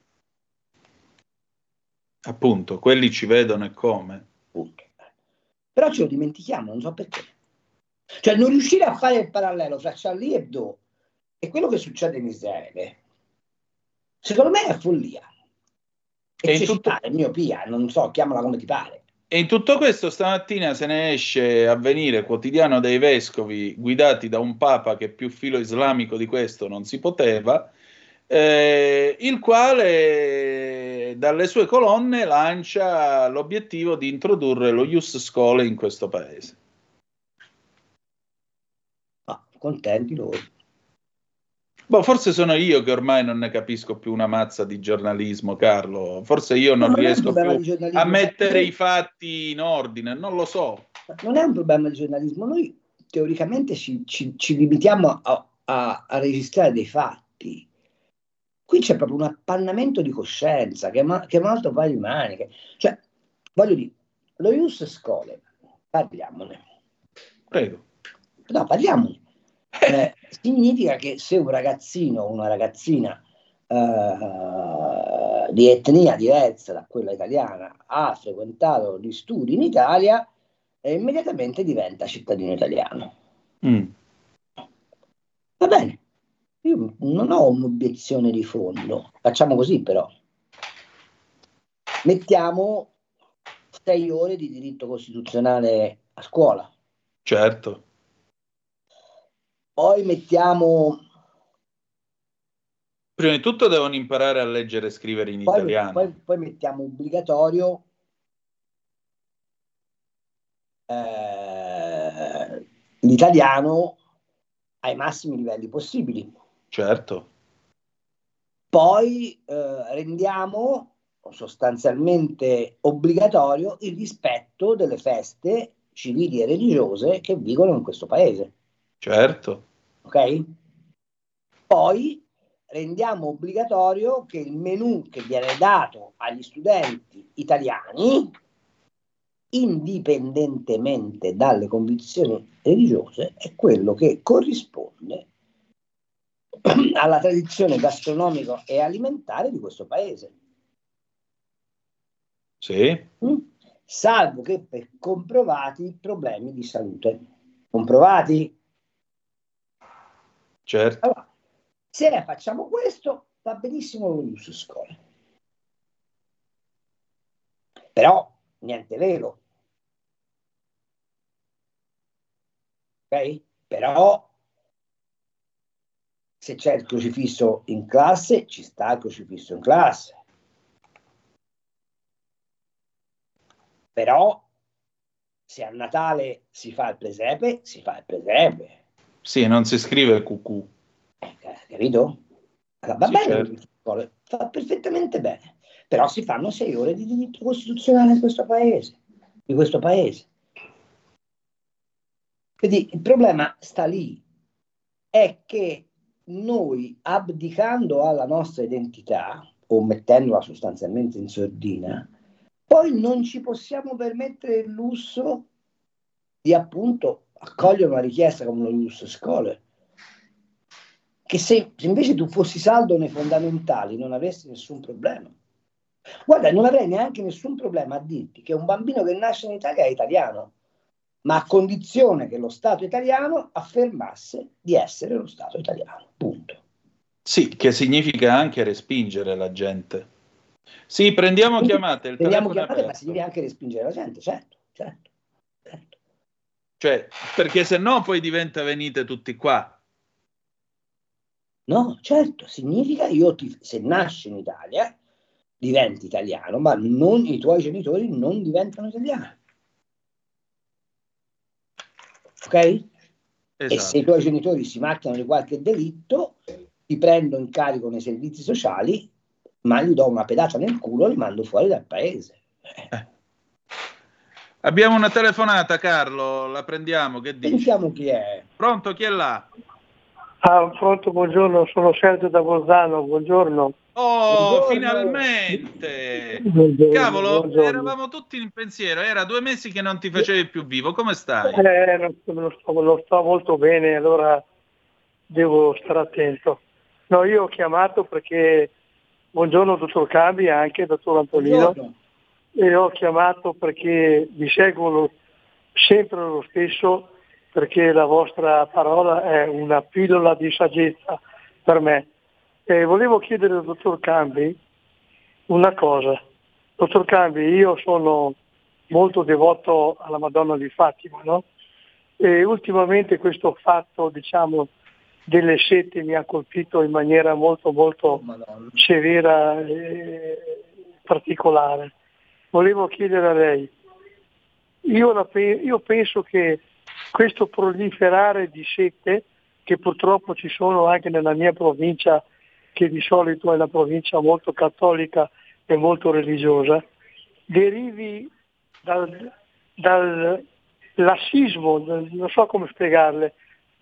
Appunto, quelli ci vedono e come. Appunto. Però ce lo dimentichiamo, non so perché. Cioè non riuscire a fare il parallelo fra Charlie Hebdo e quello che succede in Israele, secondo me è follia. E, e cecità, tutto... è miopia, non so, chiamala come ti pare. E in tutto questo stamattina se ne esce Avvenire, quotidiano dei vescovi, guidati da un papa che più filo islamico di questo non si poteva, eh, il quale dalle sue colonne lancia l'obiettivo di introdurre lo Ius Scholae in questo paese. Ah, contenti loro. Boh, forse sono io che ormai non ne capisco più una mazza di giornalismo, Carlo. Forse io non, non riesco più a mettere i fatti in ordine, non lo so. Non è un problema di giornalismo, noi teoricamente ci, ci, ci limitiamo a, a, a registrare dei fatti. Qui c'è proprio un appannamento di coscienza che, ma, che è un altro paio di maniche. Cioè, voglio dire, lo Ius Scholae, parliamone. Prego. No, parliamone. Eh, significa che se un ragazzino o una ragazzina eh, di etnia diversa da quella italiana ha frequentato gli studi in Italia, eh, immediatamente diventa cittadino italiano. Mm. Va bene, io non ho un'obiezione di fondo, facciamo così però. Mettiamo sei ore di diritto costituzionale a scuola. Certo. Poi mettiamo... Prima di tutto devono imparare a leggere e scrivere in poi, italiano. Poi, poi mettiamo obbligatorio eh, l'italiano ai massimi livelli possibili. Certo. Poi eh, rendiamo sostanzialmente obbligatorio il rispetto delle feste civili e religiose che vigono in questo paese. Certo. Ok? Poi rendiamo obbligatorio che il menù che viene dato agli studenti italiani, indipendentemente dalle convinzioni religiose, è quello che corrisponde alla tradizione gastronomica e alimentare di questo paese. Sì. Mm? Salvo che per comprovati problemi di salute. Comprovati? Certo. Allora, se facciamo questo, va benissimo lo Ius Scholae. Però, niente vero. Ok? Però, se c'è il crocifisso in classe, ci sta il crocifisso in classe. Però, se a Natale si fa il presepe, si fa il presepe. Sì, non si scrive il cucù. Eh, capito? Allora, va Sì, bene, certo. fa perfettamente bene. Però si fanno sei ore di diritto costituzionale in questo paese. Di questo paese. Quindi il problema sta lì. È che noi, abdicando alla nostra identità, o mettendola sostanzialmente in sordina, poi non ci possiamo permettere il lusso di appunto accogliere una richiesta come lo Ius Scholae, che se, se invece tu fossi saldo nei fondamentali non avresti nessun problema. Guarda, non avrei neanche nessun problema a dirti che un bambino che nasce in Italia è italiano, ma a condizione che lo Stato italiano affermasse di essere lo Stato italiano, punto. Sì, che significa anche respingere la gente. Sì, prendiamo chiamate, il prendiamo telefono chiamate, è ma significa anche respingere la gente, certo, certo, certo. Cioè, perché se no poi diventa venite tutti qua. No, certo, significa io ti, se nasci in Italia diventi italiano, ma non, i tuoi genitori non diventano italiani. Ok? Esatto. E se i tuoi genitori si macchiano di qualche delitto, ti prendo in carico nei servizi sociali, ma gli do una pedata nel culo e li mando fuori dal paese. Eh. Abbiamo una telefonata, Carlo, la prendiamo, che dici? Sentiamo chi è. Pronto, chi è là? Ah, pronto, buongiorno, sono Sergio da Bolzano, buongiorno. Oh, Buongiorno. finalmente! Buongiorno, Cavolo, buongiorno. eravamo tutti in pensiero, era due mesi che non ti facevi più vivo, come stai? Eh, non, non, sto, non sto molto bene, allora devo stare attento. No, io ho chiamato perché, buongiorno dottor Cambi, anche dottor Antonino, Buongiorno. e ho chiamato perché vi seguo lo, sempre lo stesso, perché la vostra parola è una pillola di saggezza per me. E volevo chiedere al dottor Cambi una cosa. Dottor Cambi, io sono molto devoto alla Madonna di Fatima, no? E ultimamente questo fatto, diciamo, delle sette mi ha colpito in maniera molto molto Madonna. severa e particolare. Volevo chiedere a lei, io, la pe- io penso che questo proliferare di sette, che purtroppo ci sono anche nella mia provincia, che di solito è una provincia molto cattolica e molto religiosa, derivi dal, dal lassismo, dal, non so come spiegarle,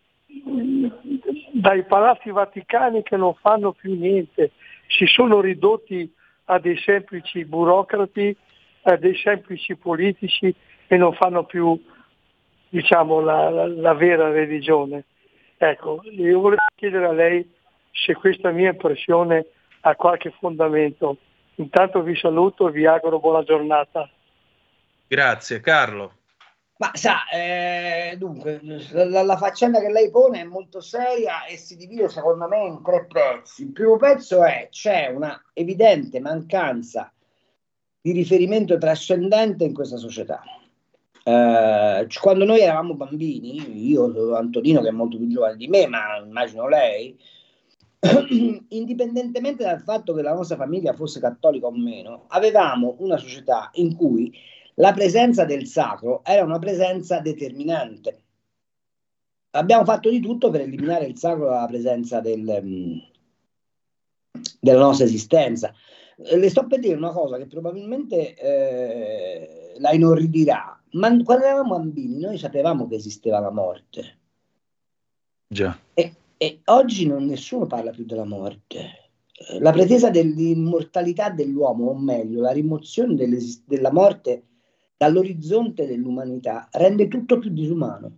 dai palazzi vaticani che non fanno più niente, si sono ridotti a dei semplici burocrati, a dei semplici politici e non fanno più, diciamo, la, la, la vera religione. Ecco, io volevo chiedere a lei se questa mia impressione ha qualche fondamento. Intanto vi saluto e vi auguro buona giornata. Grazie, Carlo. Ma sa, eh, dunque, la, la faccenda che lei pone è molto seria e si divide secondo me in tre pezzi. Il primo pezzo è: c'è una evidente mancanza di riferimento trascendente in questa società. Eh, quando noi eravamo bambini, io, Antonino che è molto più giovane di me, ma immagino lei, indipendentemente dal fatto che la nostra famiglia fosse cattolica o meno, avevamo una società in cui la presenza del sacro era una presenza determinante. Abbiamo fatto di tutto per eliminare il sacro dalla presenza del, della nostra esistenza. Le sto per dire una cosa che probabilmente eh, la inorridirà, ma quando eravamo bambini noi sapevamo che esisteva la morte. Già. E, e oggi non nessuno parla più della morte. La pretesa dell'immortalità dell'uomo, o meglio, la rimozione della morte dall'orizzonte dell'umanità, rende tutto più disumano.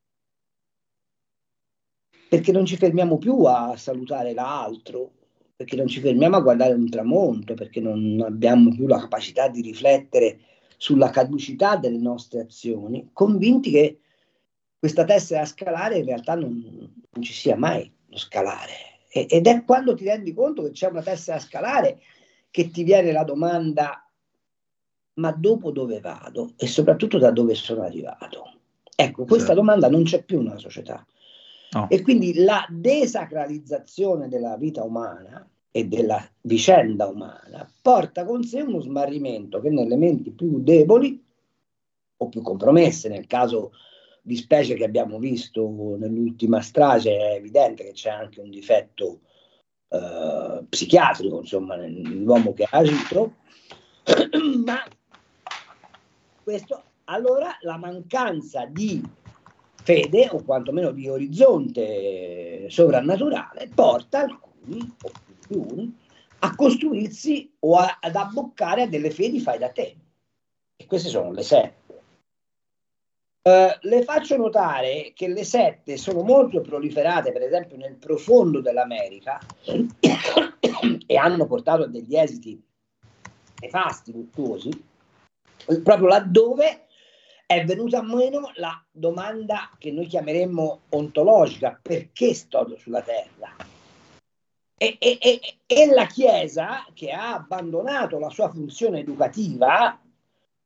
Perché non ci fermiamo più a salutare l'altro, perché non ci fermiamo a guardare un tramonto, perché non abbiamo più la capacità di riflettere sulla caducità delle nostre azioni, convinti che questa tessera a scalare in realtà non, non ci sia mai lo scalare. E, ed è quando ti rendi conto che c'è una tessera a scalare che ti viene la domanda: ma dopo dove vado? E soprattutto da dove sono arrivato? Ecco, questa esatto. domanda non c'è più nella società. No. E quindi la desacralizzazione della vita umana e della vicenda umana porta con sé uno smarrimento che nelle menti più deboli o più compromesse, nel caso di specie che abbiamo visto nell'ultima strage, è evidente che c'è anche un difetto eh, psichiatrico, insomma, nell'uomo che ha agito, ma questo, allora la mancanza di fede o quantomeno di orizzonte sovrannaturale porta alcuni o più a costruirsi o a, ad abboccare a delle fedi fai da te, e queste sono le sette. Uh, le faccio notare che le sette sono molto proliferate per esempio nel profondo dell'America e hanno portato a degli esiti nefasti, virtuosi, proprio laddove è venuta meno la domanda che noi chiameremmo ontologica: perché sto sulla terra? E, e, e, e la Chiesa, che ha abbandonato la sua funzione educativa,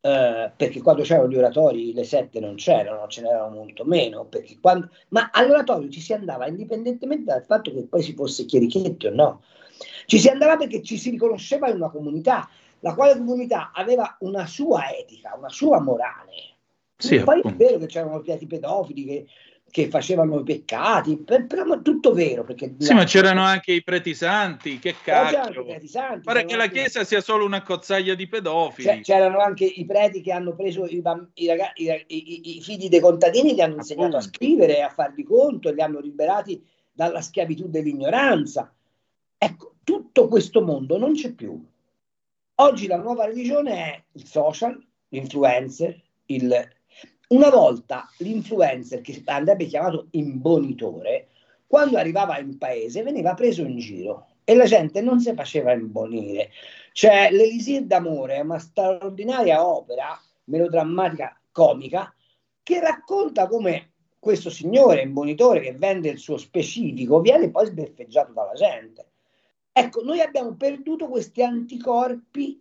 Uh, perché quando c'erano gli oratori le sette non c'erano, ce n'erano molto meno, perché quando... ma all'oratorio ci si andava indipendentemente dal fatto che poi si fosse chierichetti o no, ci si andava perché ci si riconosceva in una comunità, la quale comunità aveva una sua etica, una sua morale. Sì, poi appunto. È vero che c'erano piatti pedofili che, che facevano i peccati, per, però è tutto vero. Perché sì, la... ma c'erano anche i preti santi, che cacchio. Pare che la anche... Chiesa sia solo una cozzaglia di pedofili. Cioè, c'erano anche i preti che hanno preso i, i, ragazzi, i, i, i figli dei contadini, li hanno insegnato appunto. A scrivere e a farli conto, e li hanno liberati dalla schiavitù dell'ignoranza. Ecco, tutto questo mondo non c'è più. Oggi la nuova religione è il social, l'influencer, il... Una volta l'influencer, che andrebbe chiamato imbonitore, quando arrivava in paese veniva preso in giro e la gente non si faceva imbonire. Cioè, l'Elisir d'amore è una straordinaria opera melodrammatica comica che racconta come questo signore imbonitore che vende il suo specifico viene poi sbeffeggiato dalla gente. Ecco, noi abbiamo perduto questi anticorpi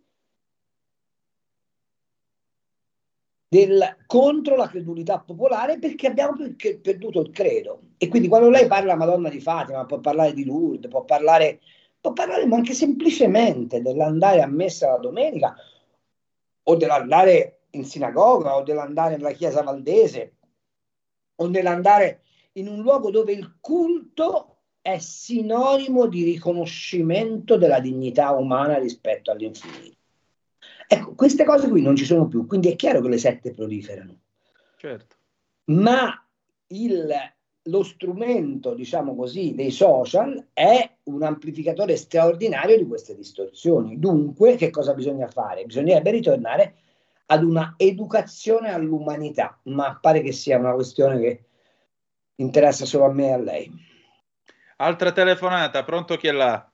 del, contro la credulità popolare, perché abbiamo per, perduto il credo. E quindi quando lei parla Madonna di Fatima, può parlare di Lourdes, può parlare, può parlare ma anche semplicemente dell'andare a messa la domenica, o dell'andare in sinagoga, o dell'andare nella chiesa valdese, o dell'andare in un luogo dove il culto è sinonimo di riconoscimento della dignità umana rispetto all'infinito. Ecco, queste cose qui non ci sono più, quindi è chiaro che le sette proliferano. Certo. Ma il, lo strumento, diciamo così, dei social è un amplificatore straordinario di queste distorsioni. Dunque, che cosa bisogna fare? Bisognerebbe ritornare ad una educazione all'umanità, ma pare che sia una questione che interessa solo a me e a lei. Altra telefonata, pronto, chi è là?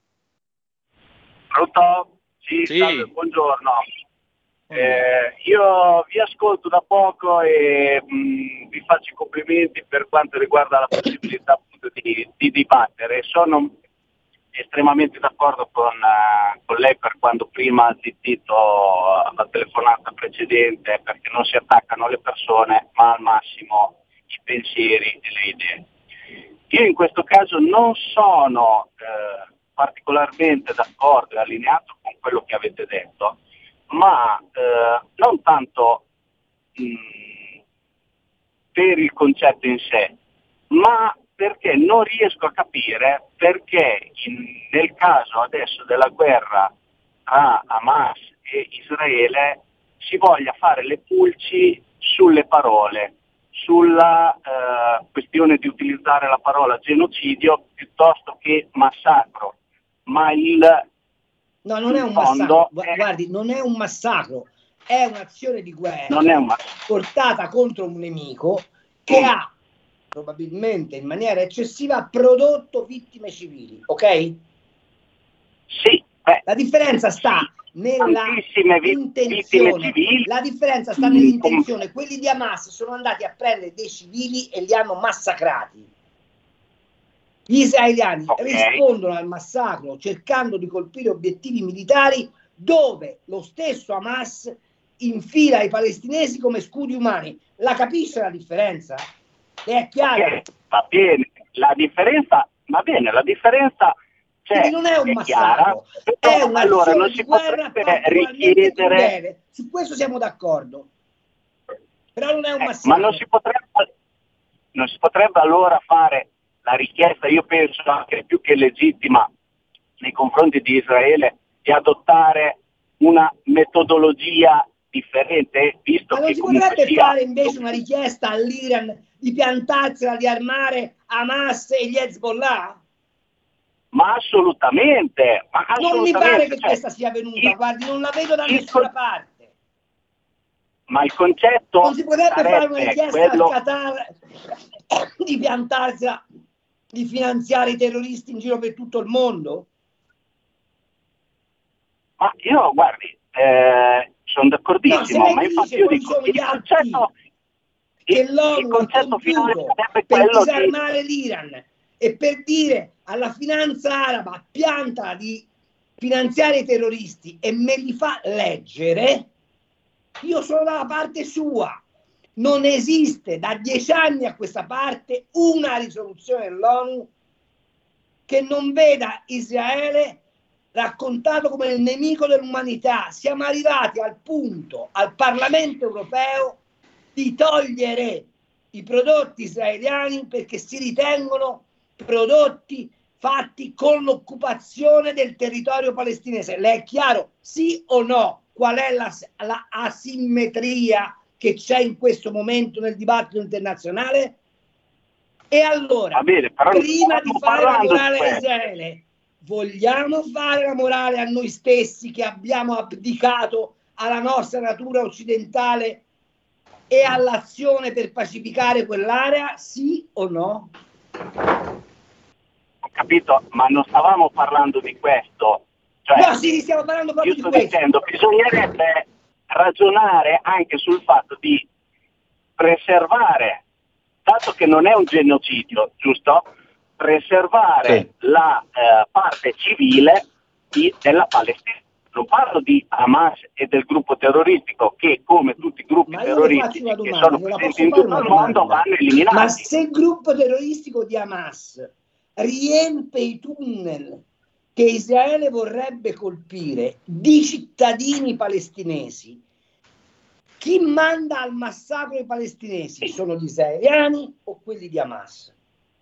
Pronto? Sì, sì. Salve, buongiorno. Eh, io vi ascolto da poco e mh, vi faccio i complimenti per quanto riguarda la possibilità appunto di, di dibattere. Sono estremamente d'accordo con, uh, con lei per quando prima ha zittito la telefonata precedente, perché non si attaccano le persone ma al massimo i pensieri e le idee. Io in questo caso non sono eh, particolarmente d'accordo e allineato con quello che avete detto, ma eh, non tanto mh, per il concetto in sé, ma perché non riesco a capire perché in, nel caso adesso della guerra tra Hamas e Israele si voglia fare le pulci sulle parole, sulla eh, questione di utilizzare la parola genocidio piuttosto che massacro. Ma il no, non è un massacro, è... guardi, non è un massacro, è un'azione di guerra non è un portata contro un nemico che mm. ha probabilmente in maniera eccessiva prodotto vittime civili, ok? Sì. Beh, la differenza sta sì, nella intenzione, la differenza sta nell'intenzione. Quelli di Hamas sono andati a prendere dei civili e li hanno massacrati. Gli israeliani okay. rispondono al massacro cercando di colpire obiettivi militari dove lo stesso Hamas infila i palestinesi come scudi umani. La capisce la differenza? È chiaro? Okay. Va bene, la differenza, va bene, la differenza Quindi non è un massacro, è un'azione allora, non di si guerra richiedere crudele. Su questo siamo d'accordo, però non è un eh, massacro. Ma non si potrebbe, non si potrebbe allora fare la richiesta, io penso anche più che legittima nei confronti di Israele, di adottare una metodologia differente, visto ma non che si potrebbe sia... fare invece una richiesta all'Iran di piantarsela, di armare Hamas e gli Hezbollah? Ma assolutamente, ma assolutamente. Non mi pare che cioè, questa sia venuta, il, guardi, non la vedo da nessuna con... parte. Ma il concetto non si potrebbe fare una richiesta quello... al Qatar di piantarsela, di finanziare i terroristi in giro per tutto il mondo? Ma io, guardi, eh, sono d'accordissimo, no, ma infatti io dico, il concetto, che il, l'ONU il concetto ha finale per quello disarmare di... l'Iran e per dire alla finanza araba pianta di finanziare i terroristi e me li fa leggere, io sono dalla parte sua. Non esiste da dieci anni a questa parte una risoluzione dell'ONU che non veda Israele raccontato come il nemico dell'umanità. Siamo arrivati al punto, al Parlamento europeo, di togliere i prodotti israeliani perché si ritengono prodotti fatti con l'occupazione del territorio palestinese. Le è chiaro, sì o no, qual è la, la asimmetria che c'è in questo momento nel dibattito internazionale? E allora, bene, prima di fare la morale a Israele, vogliamo fare la morale a noi stessi che abbiamo abdicato alla nostra natura occidentale e all'azione per pacificare quell'area, sì o no? Ho capito, ma non stavamo parlando di questo. Cioè, no, sì, stiamo parlando proprio io di sto questo. dicendo, bisognerebbe ragionare anche sul fatto di preservare, dato che non è un genocidio, giusto? Preservare sì. la eh, parte civile di, della Palestina. Non parlo di Hamas e del gruppo terroristico che, come tutti i gruppi terroristici che domanda, sono presenti in tutto il mondo, vanno eliminati. Ma se il gruppo terroristico di Hamas riempie i tunnel che Israele vorrebbe colpire di cittadini palestinesi, chi manda al massacro i palestinesi? Sono gli israeliani o quelli di Hamas?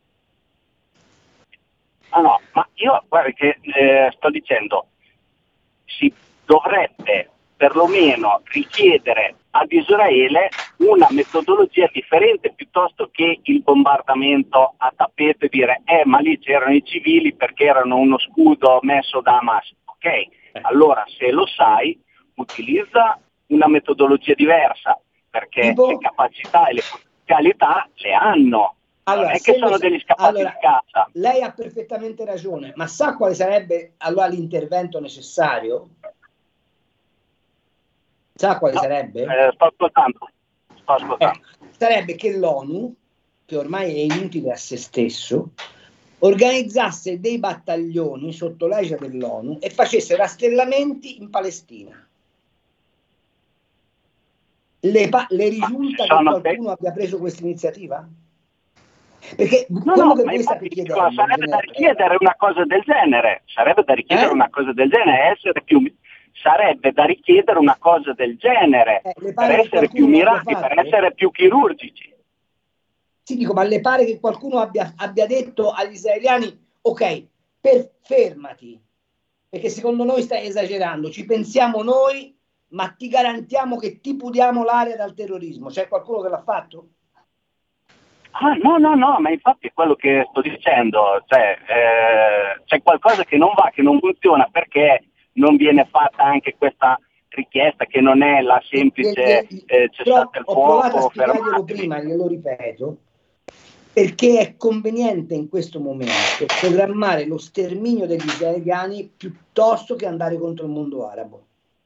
Ah no, ma io guarda che eh, sto dicendo, si dovrebbe perlomeno richiedere ad Israele una metodologia differente piuttosto che il bombardamento a tappeto e dire eh ma lì c'erano i civili perché erano uno scudo messo da Hamas. Ok, allora se lo sai utilizza una metodologia diversa perché tipo? Le capacità e le potenzialità le hanno. Allora, non è che sono lo... degli scappati allora, di casa. Lei ha perfettamente ragione, ma sa quale sarebbe allora l'intervento necessario? Sa quale no, sarebbe? Eh, sto ascoltando. Sto ascoltando. Eh, sarebbe che l'ONU, che ormai è inutile a se stesso, organizzasse dei battaglioni sotto l'egida dell'ONU e facesse rastrellamenti in Palestina. Le, pa- le risulta che qualcuno te... abbia preso questa iniziativa? Perché no, quello no, che ma voi state chiedendo sarebbe da richiedere una cosa del genere, sarebbe da richiedere eh? una cosa del genere, essere più sarebbe da richiedere una cosa del genere eh, per essere più mirati, per essere più chirurgici. Sì, dico, ma le pare che qualcuno abbia, abbia detto agli israeliani ok, per, fermati, perché secondo noi stai esagerando, ci pensiamo noi, ma ti garantiamo che ti pudiamo l'area dal terrorismo. C'è qualcuno che l'ha fatto? Ah, no, no, no, ma infatti è quello che sto dicendo, cioè eh, c'è qualcosa che non va, che non funziona, perché non viene fatta anche questa richiesta che non è la semplice eh, cessate il fuoco. Ho provato a spiegarglielo prima, glielo ripeto, perché è conveniente in questo momento programmare lo sterminio degli israeliani piuttosto che andare contro il mondo arabo.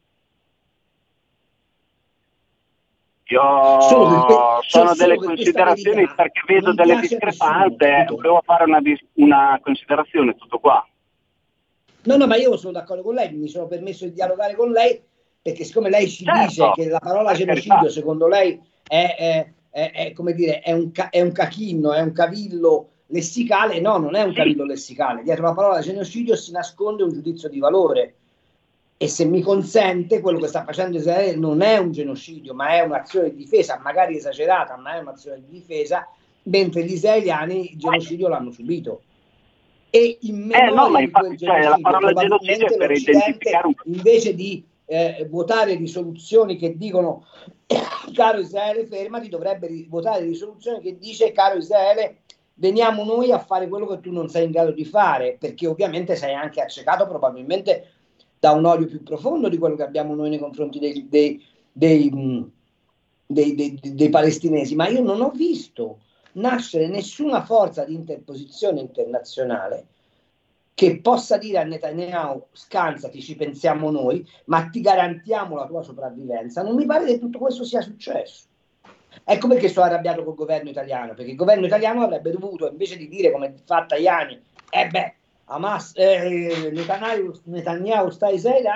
Io perché, sono delle considerazioni perché vedo delle discrepanze, volevo fare una, una considerazione, tutto qua. No, no, ma io sono d'accordo con lei, mi sono permesso di dialogare con lei, perché siccome lei ci certo, dice che la parola genocidio carità. secondo lei è, è, è, è, come dire, è un, è un cachinno, è un cavillo lessicale, no, non è un cavillo lessicale, dietro la parola genocidio si nasconde un giudizio di valore. E se mi consente, quello che sta facendo Israele non è un genocidio, ma è un'azione di difesa, magari esagerata, ma è un'azione di difesa, mentre gli israeliani il genocidio l'hanno subito. E in memoria eh no, ma di infatti, quel genocidio, cioè, la parola genocidio è per identificare un... invece di eh, votare risoluzioni che dicono caro Israele fermati, dovrebbe votare risoluzioni che dice caro Israele veniamo noi a fare quello che tu non sei in grado di fare, perché ovviamente sei anche accecato probabilmente da un odio più profondo di quello che abbiamo noi nei confronti dei, dei, dei, dei, dei, dei, dei palestinesi, ma io non ho visto nascere nessuna forza di interposizione internazionale che possa dire a Netanyahu scansati, ci pensiamo noi, ma ti garantiamo la tua sopravvivenza. Non mi pare che tutto questo sia successo. Ecco perché sto arrabbiato col governo italiano, perché il governo italiano avrebbe dovuto, invece di dire come fa Tajani, eh beh, Hamas, eh, Netanyahu, Netanyahu sta Israele,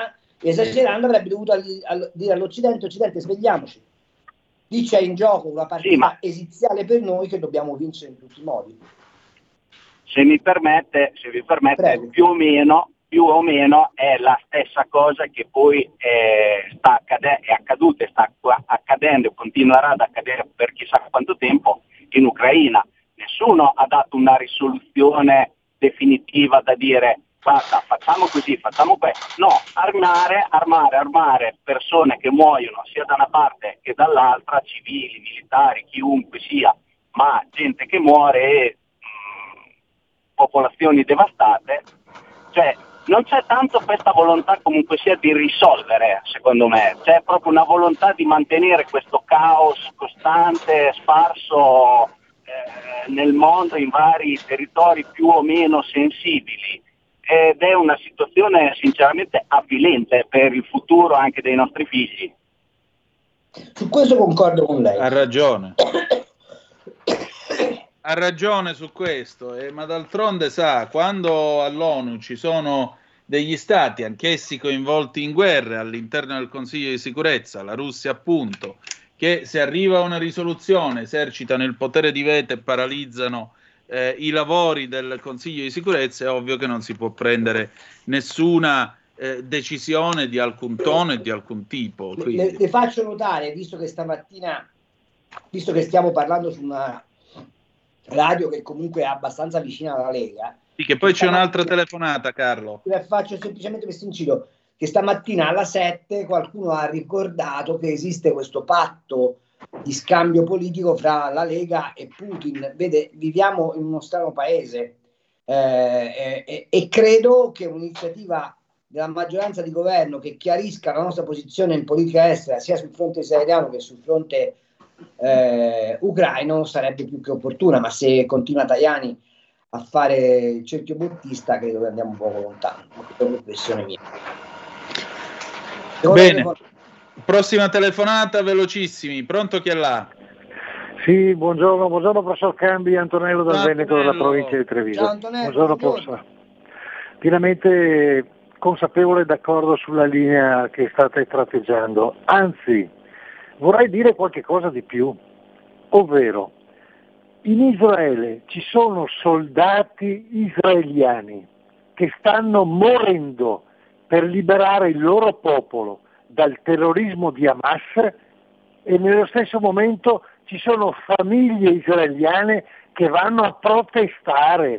esagerando avrebbe dovuto al, al, dire all'Occidente: Occidente, svegliamoci, lì c'è in gioco una partita sì, ma... esiziale per noi che dobbiamo vincere in tutti i modi. Se mi permette, se vi permette, più o meno più o meno è la stessa cosa che poi eh, sta accade- è accaduta e sta accadendo e continuerà ad accadere per chissà quanto tempo in Ucraina. Nessuno ha dato una risoluzione definitiva da dire guarda, facciamo così, facciamo questo. No, armare, armare, armare persone che muoiono sia da una parte che dall'altra, civili, militari, chiunque sia, ma gente che muore e mh, popolazioni devastate, cioè non c'è tanto questa volontà comunque sia di risolvere, secondo me, c'è proprio una volontà di mantenere questo caos costante, sparso eh, nel mondo in vari territori più o meno sensibili, ed è una situazione sinceramente avvilente per il futuro anche dei nostri figli. Su questo concordo con lei. Ha ragione. Ha ragione su questo, eh, ma d'altronde sa, quando all'ONU ci sono degli stati, anch'essi coinvolti in guerre all'interno del Consiglio di sicurezza, la Russia appunto, che se arriva a una risoluzione esercitano il potere di veto e paralizzano eh, i lavori del Consiglio di sicurezza, è ovvio che non si può prendere nessuna eh, decisione di alcun tono e di alcun tipo. Quindi... Le, le faccio notare, visto che stamattina, visto che stiamo parlando su una radio che comunque è abbastanza vicina alla Lega. Sì, che poi c'è un'altra telefonata, Carlo. Faccio semplicemente questo inciso, che stamattina alla sette qualcuno ha ricordato che esiste questo patto di scambio politico fra la Lega e Putin. Vede, viviamo in uno strano paese eh, e, e credo che un'iniziativa della maggioranza di governo che chiarisca la nostra posizione in politica estera sia sul fronte israeliano che sul fronte Eh, ucraino sarebbe più che opportuna, ma se continua Tajani a fare il cerchio bottista credo che andiamo un po' lontano. Questa è un'impressione mia. Bene, telefon- prossima telefonata, velocissimi. Pronto, chi è là? Sì, buongiorno, buongiorno professor Cambi, Antonello dal Ciao, Veneto, Antonello. della provincia di Treviso. Ciao, Antonello, buongiorno, buongiorno. professore. Pienamente consapevole e d'accordo sulla linea che state tratteggiando, anzi vorrei dire qualche cosa di più, ovvero in Israele ci sono soldati israeliani che stanno morendo per liberare il loro popolo dal terrorismo di Hamas e nello stesso momento ci sono famiglie israeliane che vanno a protestare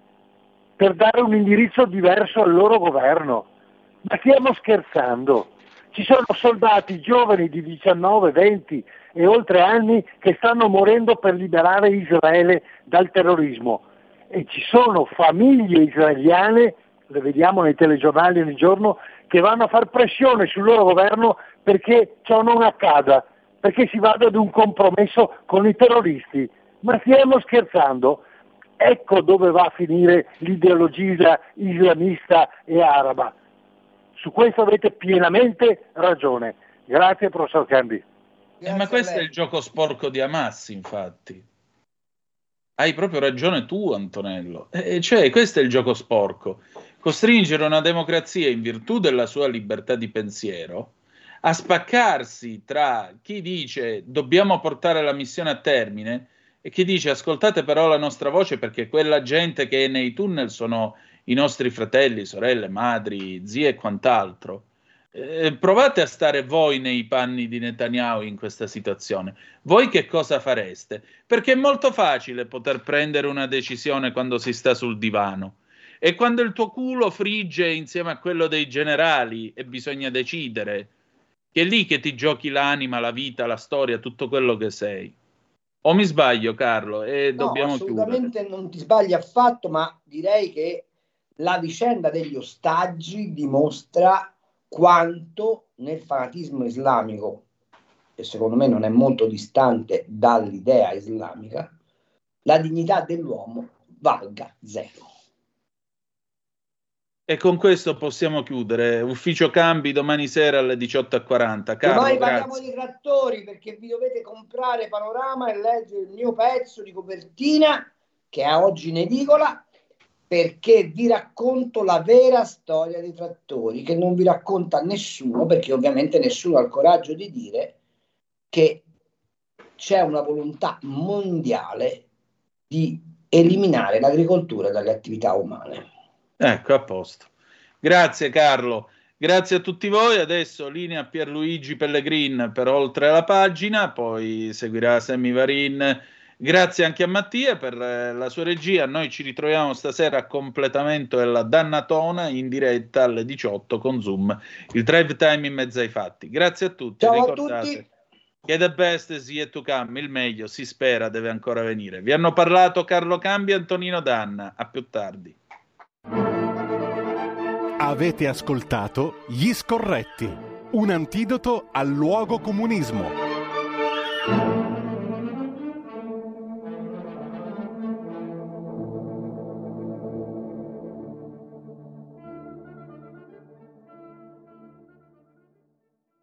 per dare un indirizzo diverso al loro governo. Ma stiamo scherzando? Ci sono soldati giovani di diciannove, venti e oltre anni che stanno morendo per liberare Israele dal terrorismo e ci sono famiglie israeliane, le vediamo nei telegiornali ogni giorno, che vanno a far pressione sul loro governo perché ciò non accada, perché si vada ad un compromesso con i terroristi. Ma stiamo scherzando? Ecco dove va a finire l'ideologia islamista e araba. Su questo avete pienamente ragione. Grazie, professor Cambi. Eh, ma questo è il gioco sporco di Hamas, infatti. Hai proprio ragione tu, Antonello. Eh, cioè, questo è il gioco sporco. Costringere una democrazia, in virtù della sua libertà di pensiero, a spaccarsi tra chi dice dobbiamo portare la missione a termine e chi dice ascoltate però la nostra voce perché quella gente che è nei tunnel sono i nostri fratelli, sorelle, madri, zie e quant'altro. Eh, provate a stare voi nei panni di Netanyahu in questa situazione. Voi che cosa fareste? Perché è molto facile poter prendere una decisione quando si sta sul divano e quando il tuo culo frigge insieme a quello dei generali e bisogna decidere, che è lì che ti giochi l'anima, la vita, la storia, tutto quello che sei. O mi sbaglio, Carlo? E no, dobbiamo assolutamente chiudere. Non ti sbagli affatto, ma direi che la vicenda degli ostaggi dimostra quanto nel fanatismo islamico, e secondo me non è molto distante dall'idea islamica, la dignità dell'uomo valga zero. E con questo possiamo chiudere. Ufficio Cambi domani sera alle diciotto e quaranta. Carlo, domani grazie. parliamo di trattori perché vi dovete comprare Panorama e leggere il mio pezzo di copertina che è oggi in edicola. perché vi racconto la vera storia dei trattori, che non vi racconta nessuno, perché ovviamente nessuno ha il coraggio di dire che c'è una volontà mondiale di eliminare l'agricoltura dalle attività umane. Ecco, a posto. Grazie Carlo, grazie a tutti voi. Adesso linea Pierluigi Pellegrin per Oltre la Pagina, poi seguirà Sammy Varin. Grazie anche a Mattia per la sua regia. Noi ci ritroviamo stasera a completamento della Dannatona in diretta alle diciotto con Zoom, il drive time in mezzo ai fatti. Grazie a tutti. Ciao Ricordate a tutti. che the best is yet to come, il meglio si spera deve ancora venire. Vi hanno parlato Carlo Cambi e Antonino Danna. A più tardi. Avete ascoltato Gli Scorretti, un antidoto al luogo comunismo.